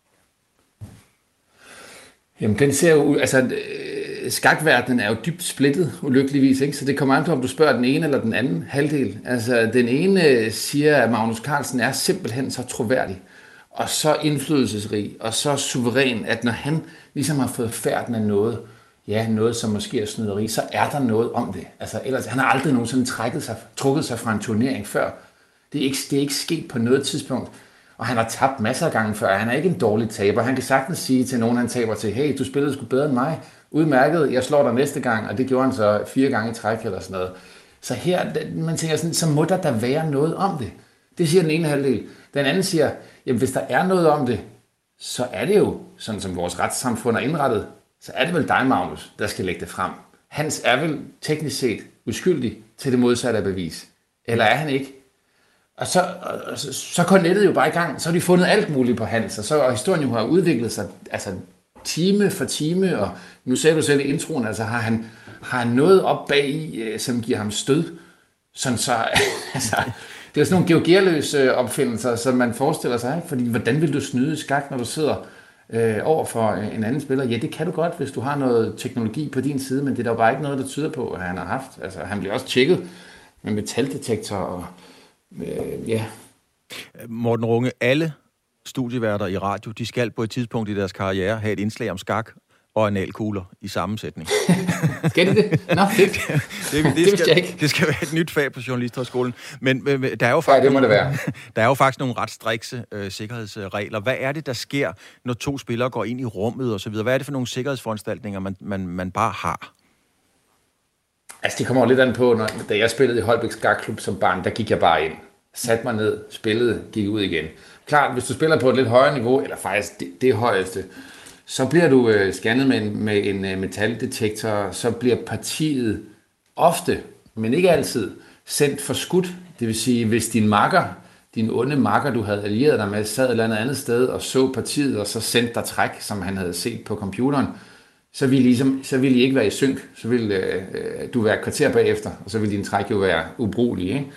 Speaker 6: Jamen, den ser jo, altså, skakverdenen er jo dybt splittet, ulykkeligvis, ikke? Så det kommer an på, om du spørger den ene eller den anden halvdel. Altså, den ene siger, at Magnus Carlsen er simpelthen så troværdig, og så indflydelsesrig, og så suveræn, at når han ligesom har fået færden af noget, noget som måske er snyderi, så er der noget om det. Altså, ellers, han har aldrig nogensinde trukket sig fra en turnering før. Det er ikke sket på noget tidspunkt. Og han har tabt masser af gange før. Han er ikke en dårlig taber. Han kan sagtens sige til nogen, han taber til, hey, du spillede sgu bedre end mig. Udmærket, jeg slår dig næste gang. Og det gjorde han så 4 gange i træk eller sådan noget. Så her, man tænker sådan, så må der være noget om det. Det siger den ene halvdel. Den anden siger, jamen hvis der er noget om det, så er det jo, sådan som vores retssamfund er indrettet, så er det vel dig, Magnus, der skal lægge det frem. Hans er vel teknisk set uskyldig til det modsatte af bevis. Eller er han ikke? Og så går nettet jo bare i gang. Så har de fundet alt muligt på Hans, og historien jo har udviklet sig altså, time for time, og nu ser du selv i introen, altså har han noget op bag i, som giver ham stød, sådan så, altså, Det er sådan nogle georgerløse opfindelser, som man forestiller sig, ikke? Fordi hvordan vil du snyde skak, når du sidder over for en anden spiller? Ja, det kan du godt, hvis du har noget teknologi på din side, men det er der jo bare ikke noget, der tyder på, at han har haft. Altså, han bliver også tjekket med metaldetektor og ja.
Speaker 2: Morten Runge, alle studieværter i radio, de skal på et tidspunkt i deres karriere have et indslag om skak og analkugler i sammensætning.
Speaker 6: Skal det? Nå, fedt.
Speaker 2: Det skal være et nyt fag på Journalisthøjskolen. Men der er jo faktisk,
Speaker 6: det må det være.
Speaker 2: Der er jo faktisk nogle ret strikse sikkerhedsregler. Hvad er det, der sker, når to spillere går ind i rummet og så videre? Hvad er det for nogle sikkerhedsforanstaltninger, man bare har?
Speaker 6: Altså, det kommer lidt an på, da jeg spillede i Holbæk Skakklub som barn, der gik jeg bare ind. Satte mig ned, spillede, gik ud igen. Klart, hvis du spiller på et lidt højere niveau, eller faktisk det højeste, så bliver du scannet med en metaldetektor, så bliver partiet ofte, men ikke altid, sendt for skudt. Det vil sige, hvis din onde makker, du havde allieret dig med, sad et eller andet sted og så partiet, og så sendte dig træk, som han havde set på computeren, så ville I ikke være i synk. Så ville du være et kvarter bagefter, og så ville din træk jo være ubrugelig, ikke?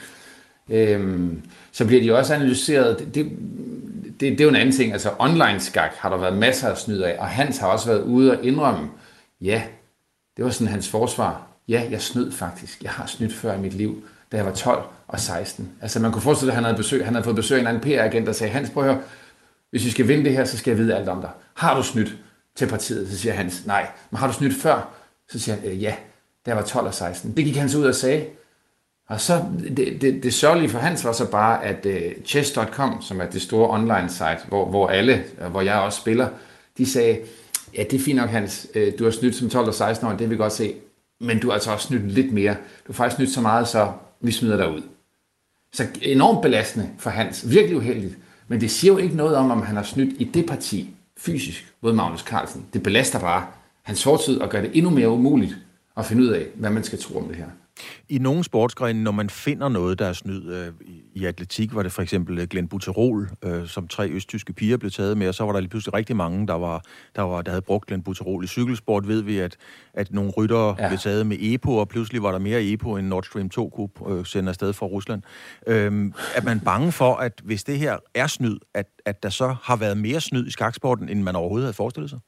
Speaker 6: Så bliver de også analyseret. Det er jo en anden ting. Altså online skak har der været masser af snyd af, og Hans har også været ude og indrømme, ja, det var sådan hans forsvar. Ja, jeg snød faktisk. Jeg har snydt før i mit liv, da jeg var 12 og 16. Altså man kunne forestille sig, at han havde fået besøg af en anden PR-agent, der sagde, Hans, prøv at høre, hvis vi skal vinde det her, så skal jeg vide alt om dig. Har du snydt til partiet? Så siger Hans, nej. Men har du snydt før? Så siger han, ja, da jeg var 12 og 16. Det gik han så ud og sagde. Og så det sørgelige for Hans var så bare, at chess.com, som er det store online site, hvor jeg også spiller, de sagde, ja, det er fint nok, Hans, du har snydt som 12 og 16 år, det vil vi godt se, men du har altså også snydt lidt mere. Du har faktisk snydt så meget, så vi smider dig ud. Så enormt belastende for Hans, virkelig uheldigt, men det siger jo ikke noget om han har snydt i det parti, fysisk, mod Magnus Carlsen. Det belaster bare hans fortid og gør det endnu mere umuligt at finde ud af, hvad man skal tro om det her.
Speaker 2: I nogle sportsgrene, når man finder noget, der er snyd, i atletik var det for eksempel Glenn Butterol, som 3 østtyske piger blev taget med, og så var der lige pludselig rigtig mange, der havde brugt Glenn Butterol. I cykelsport ved vi, at nogle ryttere blev taget med EPO, og pludselig var der mere EPO, end Nord Stream 2 kunne sende afsted fra Rusland. Er man bange for, at hvis det her er snyd, at der så har været mere snyd i skaksporten, end man overhovedet havde forestillet sig?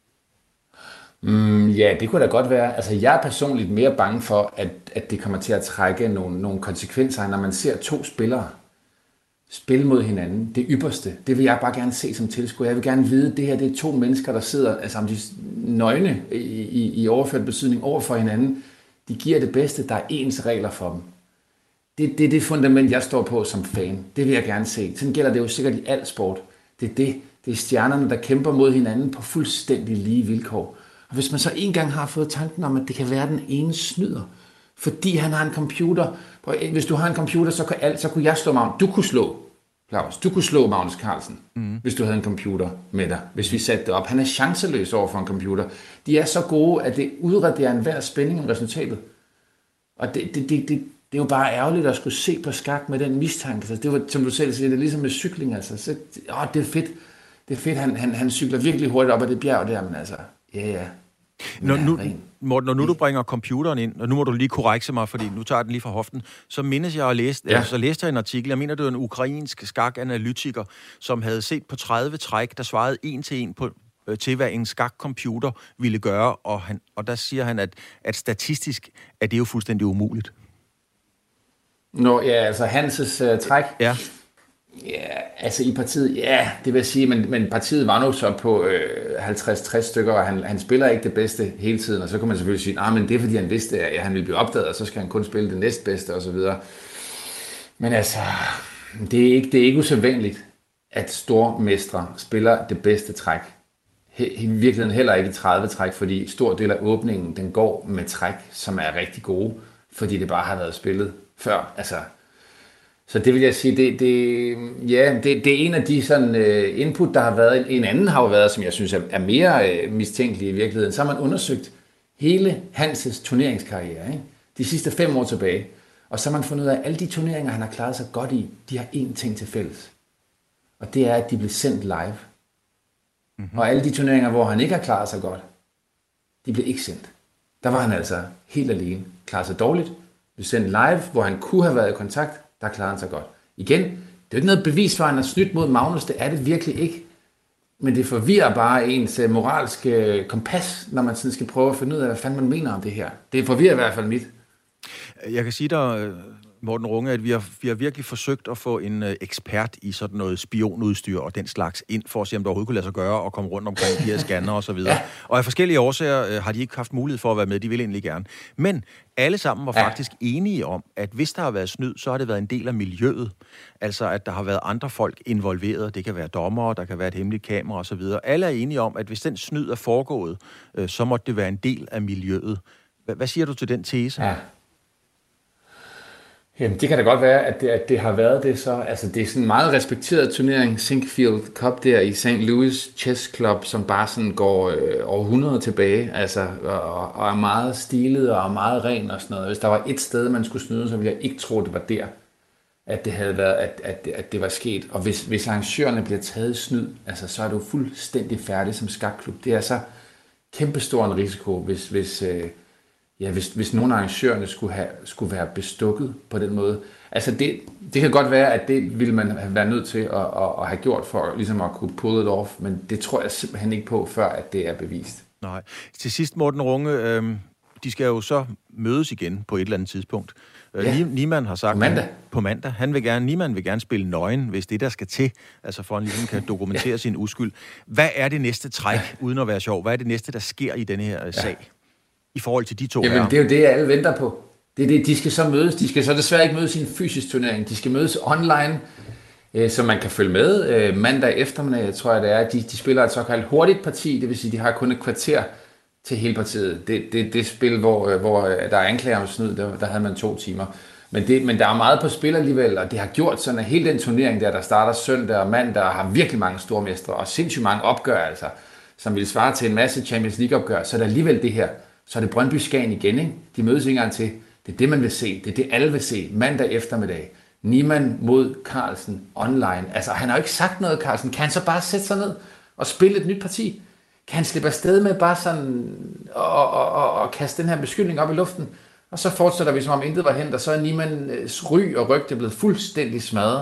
Speaker 6: Ja, det kunne da godt være. Altså, jeg er personligt mere bange for, at det kommer til at trække nogle konsekvenser, når man ser 2 spillere spille mod hinanden. Det ypperste, det vil jeg bare gerne se som tilskuer. Jeg vil gerne vide, at det her det er 2 mennesker, der sidder altså, de nøgne i overført betydning over for hinanden. De giver det bedste. Der er ens regler for dem. Det er det fundament, jeg står på som fan. Det vil jeg gerne se. Sådan gælder det jo sikkert i al sport. Det er stjernerne, der kæmper mod hinanden på fuldstændig lige vilkår. Og hvis man så en gang har fået tanken om, at det kan være den ene snyder, fordi han har en computer. Hvis du har en computer, så kunne jeg slå Magnus. Du kunne slå Magnus Carlsen, hvis du havde en computer med dig. Hvis vi satte det op. Han er chanceløs over for en computer. De er så gode, at det udraderer enhver spænding om resultatet. Og det er jo bare ærgerligt at skulle se på skak med den mistanke. Så det var, som du selv siger, det er ligesom med cykling. Altså. Så, det er fedt. Det er fedt, han cykler virkelig hurtigt op ad det bjerg der, men altså... Ja.
Speaker 2: Morten, når nu du bringer computeren ind, og nu må du lige korrekse mig, fordi nu tager jeg den lige fra hoften, så mindes jeg så læste jeg en artikel, jeg mener, det var en ukrainsk skakanalytiker, som havde set på 30 træk, der svarede 1 til 1 til, hvad en skakcomputer ville gøre, og der siger han, at statistisk er det jo fuldstændig umuligt.
Speaker 6: Altså Hanses træk...
Speaker 2: Ja.
Speaker 6: Ja, altså i partiet, ja, det vil jeg sige, men partiet var nu så på 50-60 stykker, og han spiller ikke det bedste hele tiden, og så kunne man selvfølgelig sige, men det er fordi han vidste, at han ville blive opdaget, og så skal han kun spille det næstbedste, og så videre. Men altså, det er ikke usædvanligt, at stormestre spiller det bedste træk. I virkeligheden heller ikke 30 træk, fordi stor del af åbningen, den går med træk, som er rigtig gode, fordi det bare har været spillet før, altså. Så det vil jeg sige, det er en af de sådan, input, der har været. En anden har jo været, som jeg synes er mere mistænkelig i virkeligheden. Så har man undersøgt hele Hanses turneringskarriere, ikke? De sidste 5 år tilbage. Og så har man fundet ud af, at alle de turneringer, han har klaret sig godt i, de har én ting til fælles. Og det er, at de blev sendt live. Mm-hmm. Og alle de turneringer, hvor han ikke har klaret sig godt, de blev ikke sendt. Der var han altså helt alene. Klaret sig dårligt. Blev sendt live, hvor han kunne have været i kontakt der klarer han sig godt. Igen, det er jo ikke noget bevis for, at han har snydt mod Magnus, det er det virkelig ikke. Men det forvirrer bare ens moralske kompas, når man sådan skal prøve at finde ud af, hvad fanden man mener om det her. Det forvirrer i hvert fald mit.
Speaker 2: Jeg kan sige dig, Morten Runge, at vi har virkelig forsøgt at få en ekspert i sådan noget spionudstyr og den slags ind, for at se, om det overhovedet kunne lade sig gøre og komme rundt omkring de her scanner og så videre. Ja. Og af forskellige årsager har de ikke haft mulighed for at være med. De ville egentlig gerne. Men alle sammen var faktisk enige om, at hvis der har været snyd, så har det været en del af miljøet. Altså, at der har været andre folk involveret. Det kan være dommere, der kan være et hemmeligt kamera og så videre. Alle er enige om, at hvis den snyd er foregået, så måtte det være en del af miljøet. Hvad siger du til den tese?
Speaker 6: Ja. Jamen, det kan da godt være, at det har været det så. Altså, det er sådan en meget respekteret turnering, Sinquefield Cup der i St. Louis Chess Club, som bare sådan går over 100 tilbage, altså, og er meget stilet og er meget ren og sådan noget. Hvis der var et sted, man skulle snyde, så ville jeg ikke tro, det var der, at det havde været, at det var sket. Og hvis arrangørerne bliver taget snyd, altså, så er du fuldstændig færdig som skakklub. Det er så kæmpestor en risiko, hvis nogle af arrangørerne skulle være bestukket på den måde. Altså det kan godt være, at det ville man have været nødt til at have gjort for ligesom at kunne pull it off, men det tror jeg simpelthen ikke på, før at det er bevist.
Speaker 2: Nej. Til sidst, Morten Runge, de skal jo så mødes igen på et eller andet tidspunkt. Ja. Niemann har sagt på mandag. Niemann vil gerne spille nøgen, hvis det der skal til, altså for at han ligesom kan dokumentere sin uskyld. Hvad er det næste træk, uden at være sjov? Hvad er det næste, der sker i denne her sag? I forhold til de to her.
Speaker 6: Jamen, det er jo det, alle venter på. Det er det, de skal så mødes. De skal så desværre ikke mødes i en fysisk turnering. De skal mødes online, så man kan følge med. Mandag eftermiddag, tror jeg det er. De spiller et såkaldt hurtigt parti, det vil sige, de har kun et kvarter til hele partiet. Det spil, hvor der er anklager om snyd, der havde man 2 timer. Men der er meget på spil alligevel, og det har gjort sådan, at hele den turnering der starter søndag og mandag, har virkelig mange stormestre og sindssygt mange opgør, altså, som vil svare til en masse Champions League-opgør. Så er der alligevel det her. Så er det Brøndby-Skagen igen, ikke? De mødes ikke engang til. Det er det, man vil se. Det er det, alle vil se. Mandag eftermiddag. Niemann mod Carlsen online. Altså, han har jo ikke sagt noget, Carlsen. Kan han så bare sætte sig ned og spille et nyt parti? Kan han slippe afsted med bare sådan og kaste den her beskyldning op i luften? Og så fortsætter vi, som om intet var hent, og så er Niemanns ry og rygte blevet fuldstændig smadret.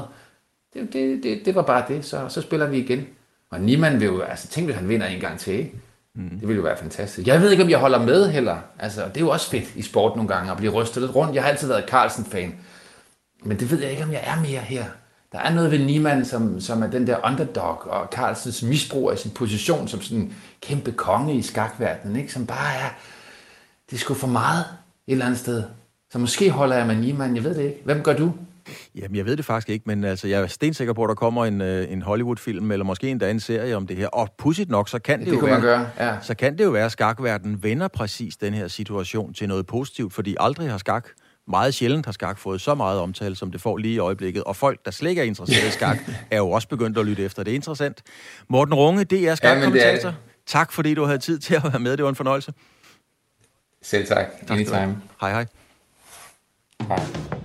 Speaker 6: Det var bare det. Så spiller vi igen. Og Niemann vil jo, altså tænk, hvis han vinder en gang til, ikke? Det ville jo være fantastisk. Jeg ved ikke, om jeg holder med heller. Altså, det er jo også fedt i sport nogle gange at blive rystet lidt rundt. Jeg har altid været Carlsen-fan. Men det ved jeg ikke, om jeg er mere her. Der er noget ved Niemann, som er den der underdog, og Carlsens misbrug af sin position som sådan en kæmpe konge i skakverdenen, ikke? Som bare er, det er sgu for meget et eller andet sted. Så måske holder jeg med Niemann, jeg ved det ikke. Hvem gør du?
Speaker 2: Jamen, jeg ved det faktisk ikke, men altså, jeg er stensikker på, at der kommer en Hollywood-film, eller måske endda en serie om det her. Og pudsigt nok, så kan så kan det jo være, at skakverdenen vender præcis den her situation til noget positivt, fordi aldrig har skak, meget sjældent har skak fået så meget omtale, som det får lige i øjeblikket. Og folk, der slet ikke er interesseret i skak, er jo også begyndt at lytte efter. Det er interessant. Morten Runge, det er skakkommentator. Tak, fordi du havde tid til at være med. Det var en fornøjelse.
Speaker 6: Selv tak. Anytime.
Speaker 2: Hej, hej.
Speaker 6: Hej.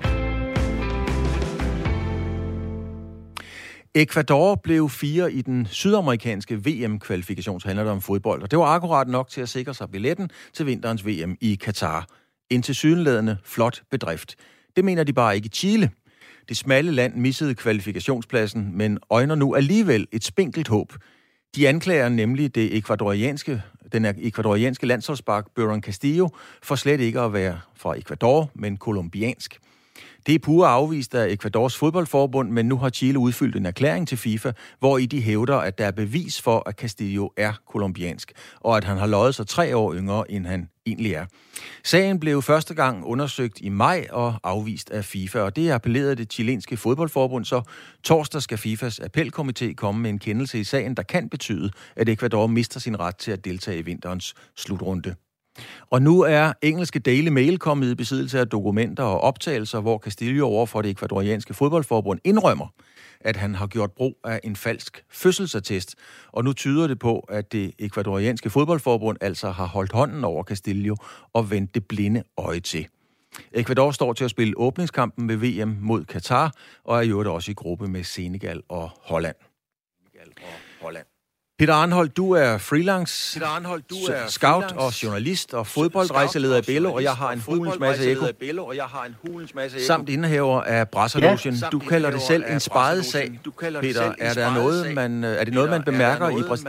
Speaker 2: Ecuador blev 4 i den sydamerikanske VM-kvalifikation, så handler det om fodbold, og det var akkurat nok til at sikre sig billetten til vinterens VM i Katar. En tilsyneladende flot bedrift. Det mener de bare ikke i Chile. Det smalle land missede kvalifikationspladsen, men øjner nu alligevel et spinkelt håb. De anklager nemlig den ekvadorianske landsholdsbak Byron Castillo for slet ikke at være fra Ecuador, men kolumbiansk. Det er pure afvist af Ecuadors fodboldforbund, men nu har Chile udfyldt en erklæring til FIFA, hvor de hævder, at der er bevis for, at Castillo er kolumbiansk, og at han har løjet sig 3 år yngre, end han egentlig er. Sagen blev første gang undersøgt i maj og afvist af FIFA, og det appellerede det chilenske fodboldforbund, så torsdag skal FIFAs appelkomité komme med en kendelse i sagen, der kan betyde, at Ecuador mister sin ret til at deltage i vinterens slutrunde. Og nu er engelske Daily Mail kommet i besiddelse af dokumenter og optagelser, hvor Castillo over for det ekvadorianske fodboldforbund indrømmer, at han har gjort brug af en falsk fødselsattest. Og nu tyder det på, at det ekvadorianske fodboldforbund altså har holdt hånden over Castillo og vendt det blinde øje til. Ecuador står til at spille åbningskampen ved VM mod Katar, og er jo også i gruppe med Senegal og Holland. Peter Arnholdt, du er freelance, scout og journalist og fodboldrejseleder i Bello, og jeg har en hulens masse ekko. Samt indehaver af Brasserlogen. Du kalder det selv en sparet sag. Peter, er det noget, man bemærker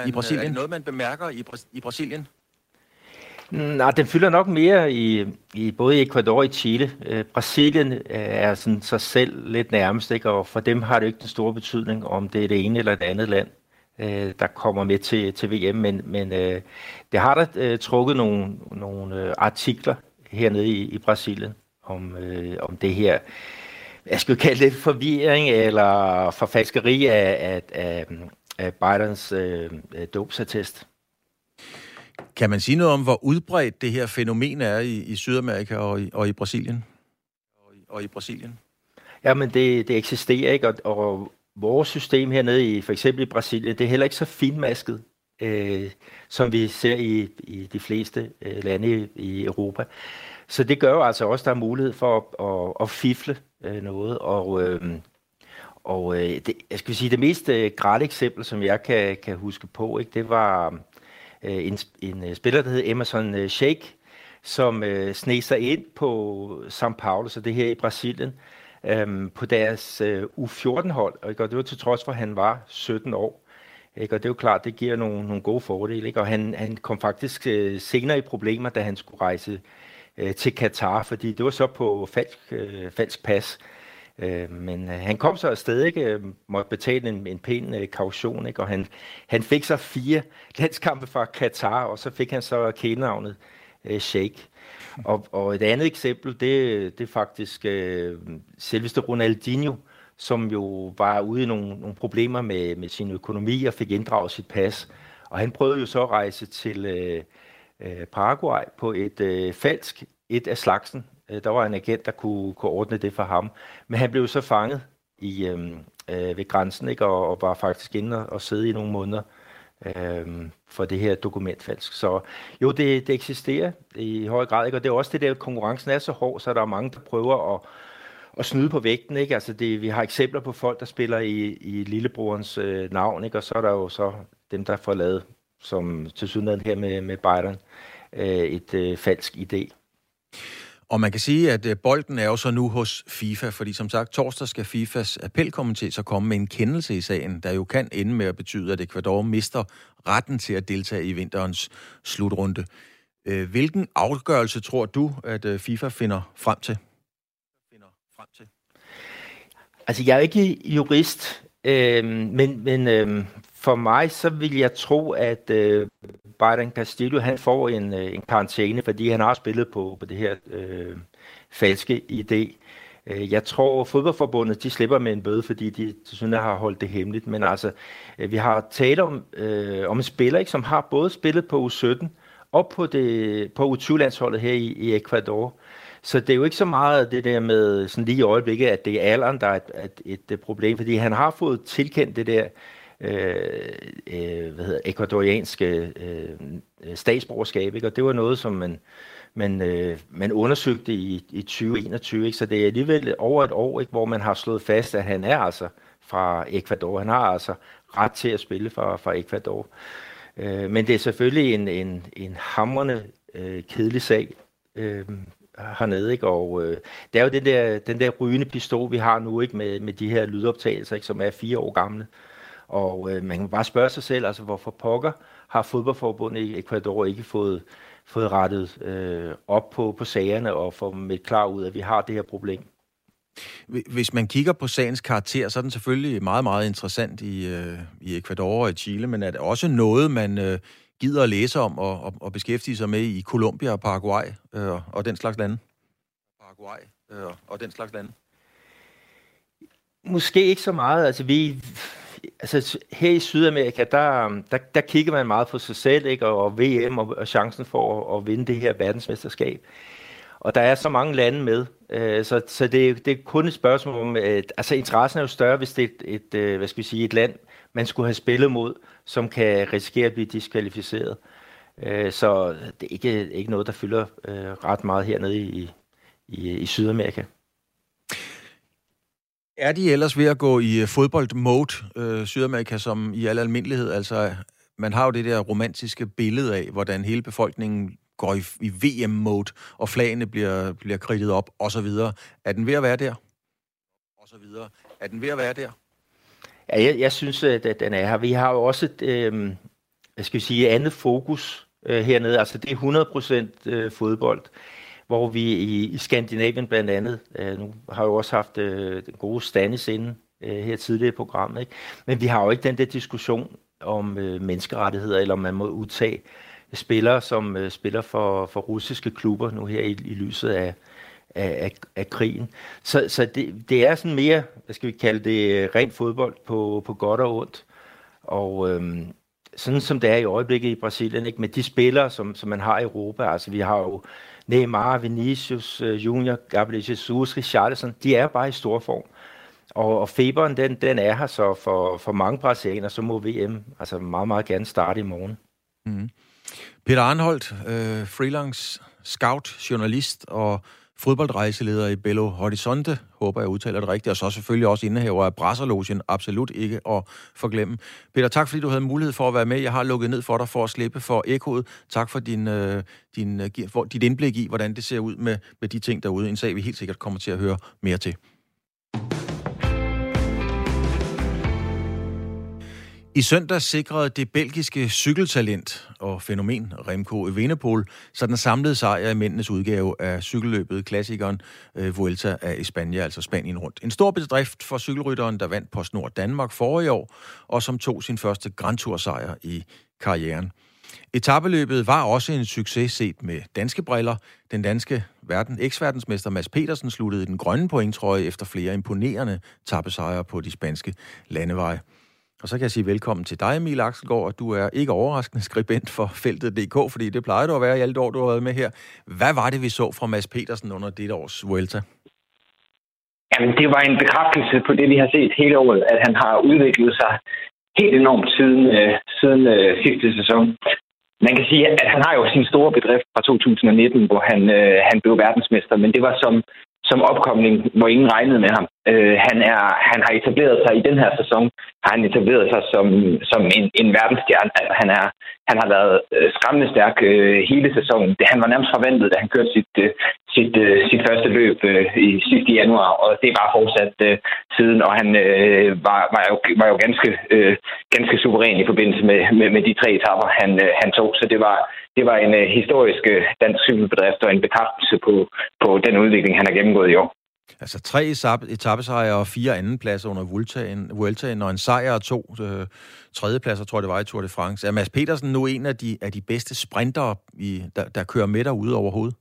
Speaker 2: i Brasilien?
Speaker 7: Nej, den fylder nok mere i både Ecuador og i Chile. Brasilien er sådan sig selv lidt nærmest, ikke? Og for dem har det ikke den store betydning, om det er det ene eller det andet land, der kommer med til VM. Men det har der trukket nogle artikler hernede i Brasilien om det her. Jeg skulle kalde det forvirring eller forfalskeri af Bidens dopsattest.
Speaker 2: Kan man sige noget om, hvor udbredt det her fænomen er i Sydamerika og i Brasilien?
Speaker 7: Jamen, det eksisterer ikke, og vores system hernede i for eksempel i Brasilien, det er heller ikke så finmasket, som vi ser i de fleste lande i Europa. Så det gør jo altså også, der er mulighed for at fifle noget, og jeg skal sige, det mest grelle eksempel, som jeg kan huske på, ikke, det var en spiller, der hed Emerson Sheik, som sneg sig ind på São Paulo, så det her i Brasilien, på deres U14-hold, og det var til trods for, at han var 17 år. Ikke? Og det er jo klart, det giver nogle gode fordele. Ikke? Og han kom faktisk senere i problemer, da han skulle rejse til Katar, fordi det var så på falsk pas. Men han kom så afsted, ikke? Måtte betale en pæn kaution, ikke? Og han fik så 4 landskampe fra Katar, og så fik han så kælenavnet Sheik. Og et andet eksempel, det er faktisk selveste Ronaldinho, som jo var ude i nogle problemer med sin økonomi og fik inddraget sit pas. Og han prøvede jo så at rejse til Paraguay på et falsk et af slagsen. Der var en agent, der kunne ordne det for ham. Men han blev så fanget ved grænsen, ikke? Og var faktisk inde og sidde i nogle måneder for det her dokumentfalsk. Så jo, det eksisterer i høj grad, ikke? Og det er også det der, konkurrencen er så hård, så der er mange, der prøver at snyde på vægten, ikke? Altså vi har eksempler på folk, der spiller i lillebrorens navn, ikke? Og så er der jo så dem, der får lavet, som tilsyneladende her med Biden, et falsk idé.
Speaker 2: Og man kan sige, at bolden er jo så nu hos FIFA, fordi som sagt, torsdag skal FIFAs appelkomité så komme med en kendelse i sagen, der jo kan ende med at betyde, at Ecuador mister retten til at deltage i vinterens slutrunde. Hvilken afgørelse tror du, at FIFA finder frem til?
Speaker 7: Altså, jeg er ikke jurist, men for mig så vil jeg tro, at Biden Castillo, han får en karantæne, fordi han har spillet på det her falske idé. Jeg tror, fodboldforbundet, de slipper med en bøde, fordi de synes, har holdt det hemmeligt. Men altså, vi har talt om en spiller, ikke, som har både spillet på U17 og på U20-landsholdet her i Ecuador. Så det er jo ikke så meget det der med sådan lige i øjeblikket, at det er alderen, der er et problem, fordi han har fået tilkendt det der ekvadorianske statsborgerskab, ikke? Og det var noget, som man undersøgte i 2021, ikke? Så det er alligevel over et år, ikke, hvor man har slået fast, at han er altså fra Ecuador. Han har altså ret til at spille for Ecuador. Men det er selvfølgelig en hamrende kedelig sag hernede, ikke? Og det er jo den der rygende pistol, vi har nu, ikke, med de her lydoptagelser, ikke, som er 4 år gamle. Og man kan bare spørge sig selv, altså hvorfor pokker har fodboldforbundet i Ecuador ikke fået rettet op på sagerne og få meldt klar ud, at vi har det her problem.
Speaker 2: Hvis man kigger på sagens karakter, så er den selvfølgelig meget, meget interessant i Ecuador og i Chile, men er det også noget, man gider at læse om og beskæftige sig med i Colombia og Paraguay og den slags lande?
Speaker 7: Måske ikke så meget. Altså her i Sydamerika, der kigger man meget på sig selv, ikke? Og VM og chancen for at vinde det her verdensmesterskab. Og der er så mange lande med, så det er kun et spørgsmål om, altså interessen er jo større, hvis det er et land, man skulle have spillet mod, som kan risikere at blive diskvalificeret. Så det er ikke noget, der fylder ret meget hernede i Sydamerika.
Speaker 2: Er de ellers ved at gå i fodboldmode, Sydamerika, som i al almindelighed? Altså, man har jo det der romantiske billede af, hvordan hele befolkningen går i VM-mode, og flagene bliver kridtet op, og så videre. Er den ved at være der?
Speaker 7: Ja, jeg synes, at den er her. Vi har jo også et andet fokus hernede. Altså, det er 100% fodbold, hvor vi i Skandinavien blandt andet, nu har jo også haft den gode Stannis inde her tidligere i programmet, ikke? Men vi har jo ikke den der diskussion om menneskerettigheder, eller om man må udtage spillere, som spiller for russiske klubber nu her i lyset af krigen. Så det er sådan mere, hvad skal vi kalde det, rent fodbold på godt og ondt. Og sådan som det er i øjeblikket i Brasilien, ikke, med de spillere, som man har i Europa, altså vi har jo Neymar, Vinicius Junior, Gabriel Jesus, Richarlison, de er bare i stor form. Og feberen, den er her, så for mange brasilianere, så må VM altså meget, meget gerne starte i morgen.
Speaker 2: Mm. Peter Arnholdt, freelance scout, journalist og fodboldrejseleder i Belo Horizonte, håber jeg udtaler det rigtigt, og så selvfølgelig også indehaver af Brasserlogen, absolut ikke at forglemme. Peter, tak fordi du havde mulighed for at være med. Jeg har lukket ned for dig for at slippe for ekkoet. Tak for dit indblik i, hvordan det ser ud med de ting derude. En sag, vi helt sikkert kommer til at høre mere til. I søndag sikrede det belgiske cykeltalent og fænomen Remco Evenepoel så den samlede sejr i mændenes udgave af cykelløbet klassikeren Vuelta a España, altså Spanien rundt. En stor bedrift for cykelrytteren, der vandt PostNord Danmark forrige år, og som tog sin første Grand Tour-sejr i karrieren. Etapeløbet var også en succes set med danske briller. Den danske eks-verdensmester Mads Petersen sluttede den grønne pointtrøje efter flere imponerende etapesejre på de spanske landeveje. Og så kan jeg sige velkommen til dig, Emil Axelgaard, og du er ikke overraskende skribent for Feltet.dk, fordi det plejer du at være i alle år, du har været med her. Hvad var det, vi så fra Mads Petersen under dette års Vuelta?
Speaker 8: Jamen, det var en bekræftelse på det, vi har set hele året, at han har udviklet sig helt enormt siden sidste sæson. Man kan sige, at han har jo sin store bedrift fra 2019, hvor han blev verdensmester, men det var som opkomling, hvor ingen regnede med ham. Han har etableret sig i den her sæson, har han etableret sig som en verdensstjerne. Altså, han har været skræmmende stærk hele sæsonen. Han var nærmest forventet, da han kørte sit første løb i sidste januar, og det er bare fortsat siden, og han var jo ganske suveræn i forbindelse med de 3 etaper, han tog. Så det var en historisk dansk cykelbedrift og en bekræftelse på den udvikling, han har gennemgået i år.
Speaker 2: Altså 3 etapesejre og 4 andenpladser under Vueltaen og en sejr og 2 tredjepladser, tror jeg det var i Tour de France. Er Mads Petersen nu en af de bedste sprintere, der kører med derude overhovedet?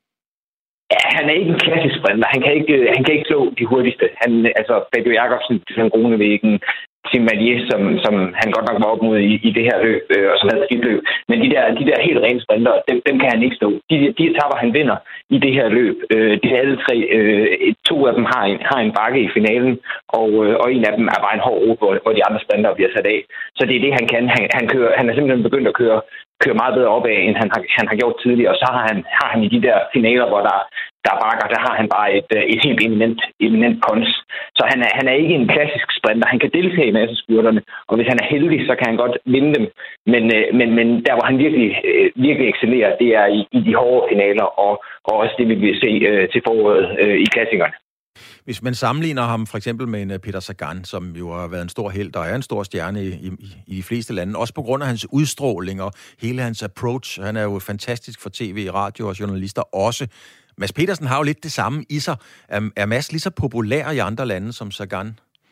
Speaker 8: Ja, han er ikke en klassisk sprinter. Han kan ikke slå de hurtigste. Fabio Jakobsen, Groenewegen, Tim Malier, som han godt nok var op mod i det her løb, og som havde skidt løb. Men de der helt rene sprinter, dem kan han ikke stå. De etapper, han vinder i det her løb, de alle 3, 2 af dem har en bakke i finalen, og en af dem er bare en hård rute, hvor de andre sprinter bliver sat af. Så det er det, han kan. Han er simpelthen begyndt at køre meget bedre opad, end han har gjort tidligere. Og så har han i de der finaler, hvor der er bakker, der har han bare et helt eminent kons. Så han er ikke en klassisk sprinter. Han kan deltage i massespurterne, og hvis han er heldig, så kan han godt vinde dem. Men der, hvor han virkelig excellerer, det er i de hårde finaler, og også det, vi vil se til foråret i klassikerne.
Speaker 2: Hvis man sammenligner ham for eksempel med en Peter Sagan, som jo har været en stor helt og er en stor stjerne i de fleste lande, også på grund af hans udstråling og hele hans approach. Han er jo fantastisk for tv, radio og journalister også. Mads Petersen har jo lidt det samme i sig. Er Mads lige så populær i andre lande som Sagan?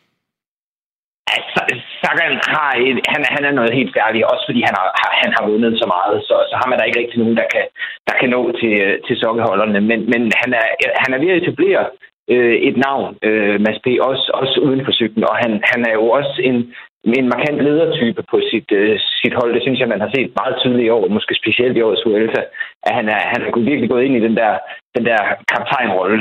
Speaker 8: Sagan han er noget helt særligt, også fordi han har vundet så meget, så har man der ikke rigtig nogen, der kan nå til sokkeholderne. Men han er ved at etablere et navn, Mads P., også uden for cyklen, og han er jo også en markant ledertype på sit hold. Det synes jeg, man har set meget tydeligt i år, måske specielt i årets Vuelta, at han er virkelig gået ind i den der kaptajnrolle,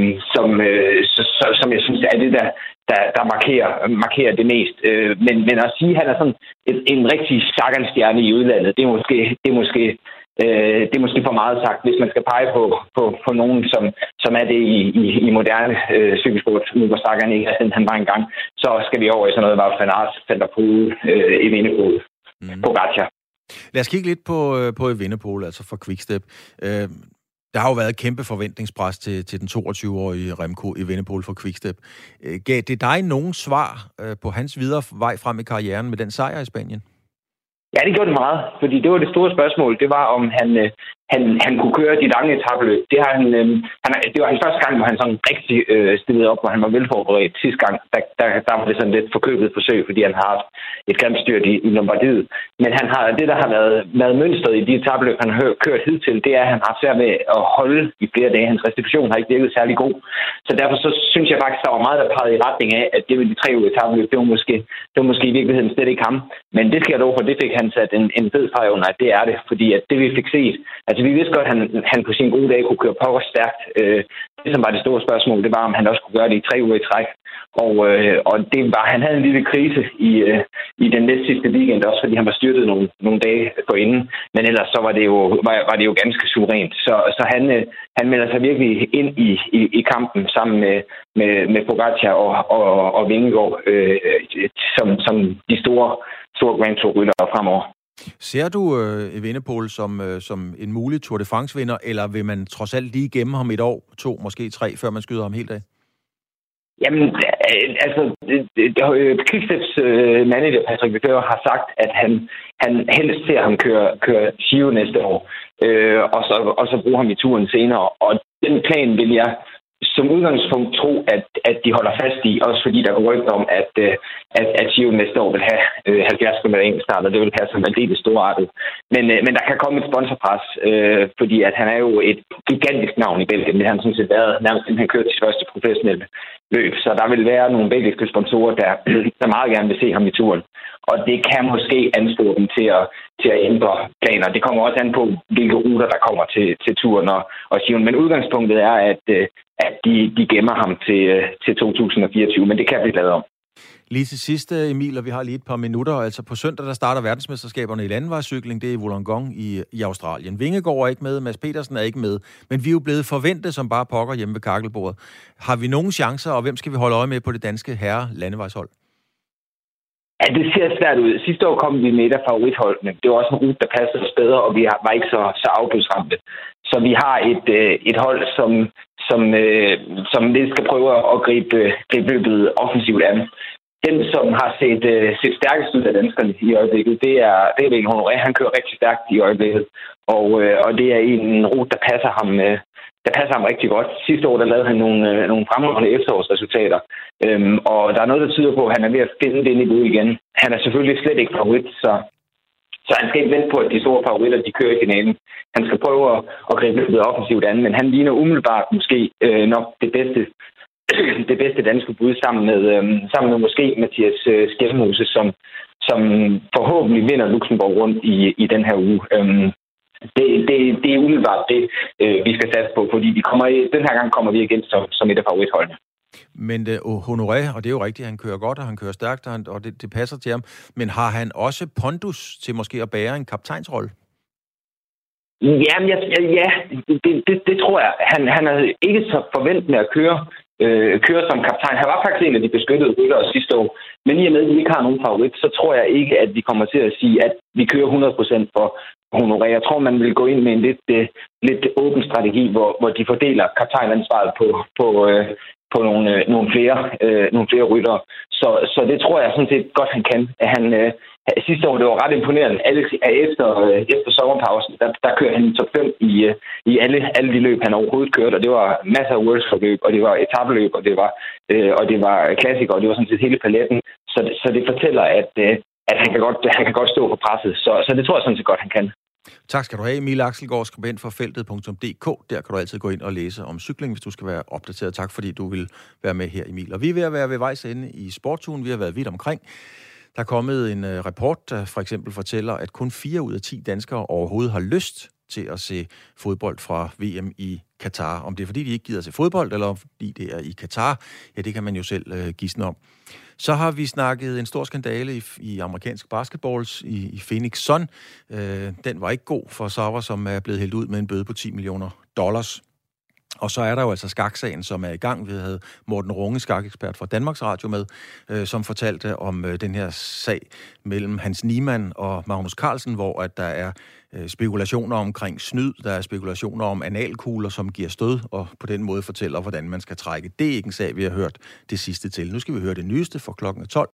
Speaker 8: som jeg synes er det, der markerer det mest. Men at sige, at han er sådan en rigtig Sagan-stjerne i udlandet, det er måske for meget sagt, hvis man skal pege på nogen, som er det i moderne cykelsport, hvor Sagan ikke er, han var engang, så skal vi over i sådan noget, hvor Van Aert, Van der Poel, Evenepoel. Pogačar.
Speaker 2: Lad os kigge lidt på Evenepoel, altså for Quickstep. Der har jo været kæmpe forventningspres til den 22-årige Remco Evenepoel for Quickstep. Gav det dig nogen svar på hans videre vej frem i karrieren med den sejr i Spanien?
Speaker 8: Ja, det gjorde det meget, fordi det var det store spørgsmål. Det var, om han kunne køre de lange etapeløb. Det var hans første gang, hvor han sådan rigtig stillede op, hvor han var velforberedt. Sidste gang, der var det sådan lidt forkøbet forsøg, fordi han har haft et grimt styrt i Lombardiet. Men det, der har været mønstret i de etapeløb, han har kørt hidtil, det er, at han har svært ved at holde i flere dage. Hans restitution har ikke virket særlig god. Så derfor så synes jeg faktisk, der var meget, der pegede i retning af, at det med de 3 etapeløb, det var måske i virkeligheden slet ikke ham. Men det skal jeg love for, det fik han sat en fed streg under, at det er det. Fordi at det vi fik set, altså vi vidste godt, at han på sin gode dag kunne køre pokker stærkt. Det som var det store spørgsmål, det var, om han også kunne gøre det i 3 uger i træk. Og det var, han havde en lille krise i den næste sidste weekend, også fordi han var styrtet nogle dage forinden. Men ellers så var det jo ganske suverænt. Så han melder sig virkelig ind i kampen sammen med Pogačar og Vingegaard som de store Grand Tour-ryttere fremover.
Speaker 2: Ser du Evenepoel som en mulig Tour de France-vinder, eller vil man trods alt lige gemme ham 1 år, 2, måske 3, før man skyder ham helt af?
Speaker 8: Jamen, altså, Quicksteps manager Patrick Lefevere har sagt, at han helst ser ham køre Giro næste år, og så bruge ham i turen senere. Og den plan vil jeg som udgangspunkt tro, at de holder fast i, også fordi der går rygter om, at Giro næste år vil have 70 km enkeltstart, og det vil passe som aldeles storartet. Men der kan komme et sponsorpres, fordi at han er jo et gigantisk navn i Belgien. Det har han sådan set været nærmest, inden han kørte til første professionelle løb. Så der vil være nogle belgiske sponsorer, der meget gerne vil se ham i turen. Og det kan måske anspore dem til at ændre planer. Det kommer også an på, hvilke ruter der kommer til turen og Giroen. Men udgangspunktet er, at de gemmer ham til 2024, men det kan vi lade om.
Speaker 2: Lige til sidst, Emil, og vi har lige et par minutter. Altså på søndag, der starter verdensmesterskaberne i landevejscykling. Det er i Wollongong i Australien. Vingegaard er ikke med, Mads Petersen er ikke med. Men vi er jo blevet forventet som bare pokker hjemme ved kakkelbordet. Har vi nogen chancer, og hvem skal vi holde øje med på det danske herre-landevejshold?
Speaker 8: Ja, det ser svært ud. Sidste år kom vi med et af favoritholdene. Det var også en rute, der passede os bedre, og vi var ikke så afbudsramte. Så vi har et hold, som lidt skal prøve at gribe løbet offensivt an. Den, som har set stærkest ud af danskerne i øjeblikket, det er Mikkel Honoré. Han kører rigtig stærkt i øjeblikket, og det er en rute, der passer ham rigtig godt. Sidste år, der lavede han nogle fremragende efterårsresultater, og der er noget, der tyder på, at han er ved at finde det niveau igen. Han er selvfølgelig slet ikke favorit, så han skal ikke vente på, at de store favoritter, de kører i finalen. Han skal prøve at gribe løbet offensivt an, men han ligner umiddelbart måske nok det bedste danske bud sammen med måske Mathias Skjelmose, som forhåbentlig vinder Luxembourg rundt i den her uge. Det er umiddelbart det, vi skal satse på, fordi den her gang kommer vi igen som et af favoritholdene.
Speaker 2: Men Honoré, og det er jo rigtigt, han kører godt, og han kører stærkt, og det passer til ham. Men har han også pondus til måske at bære en kaptajnsrolle?
Speaker 8: Jamen, det tror jeg. Han er ikke så forventet med at køre som kaptajn. Han var faktisk en af de beskyttede ryttere sidste år. Men i og med, at vi ikke har nogen favorit, så tror jeg ikke, at vi kommer til at sige, at vi kører 100% for Honoré. Jeg tror, man vil gå ind med en lidt åben strategi, hvor de fordeler kaptajnansvaret på nogle flere ryttere. Så det tror jeg sådan set godt, han kan. Sidste år, det var ret imponerende. Efter sommerpausen, der kørte han top 5 i alle de løb, han overhovedet kørte, og det var masser af World Cup-løb, og det var etapeløb, og det var klassikere, og det var sådan set hele paletten. Så det fortæller, at han kan godt stå på presset. Så det tror jeg sådan set godt, han kan.
Speaker 2: Tak skal du have, Emil Axelgaard, skribent for feltet.dk. Der kan du altid gå ind og læse om cykling, hvis du skal være opdateret. Tak fordi du vil være med her, Emil. Og vi er ved at være ved vejs ende i sportsugen. Vi har været vidt omkring. Der er kommet en rapport, der for eksempel fortæller, at kun 4 ud af 10 danskere overhovedet har lyst til at se fodbold fra VM i Katar. Om det er fordi, de ikke gider se fodbold, eller fordi det er i Katar, ja, det kan man jo selv gisne om. Så har vi snakket en stor skandale i amerikansk basketballs i Phoenix Sun. Den var ikke god for Sauer, som er blevet hældt ud med en bøde på $10 million. Og så er der jo altså skaksagen, som er i gang. Vi havde Morten Runge, skakekspert fra Danmarks Radio med, som fortalte om den her sag mellem Hans Niemann og Magnus Carlsen, hvor at der er spekulationer omkring snyd, der er spekulationer om analkugler, som giver stød, og på den måde fortæller, hvordan man skal trække. Det er ikke en sag, vi har hørt det sidste til. Nu skal vi høre det nyeste for klokken 12.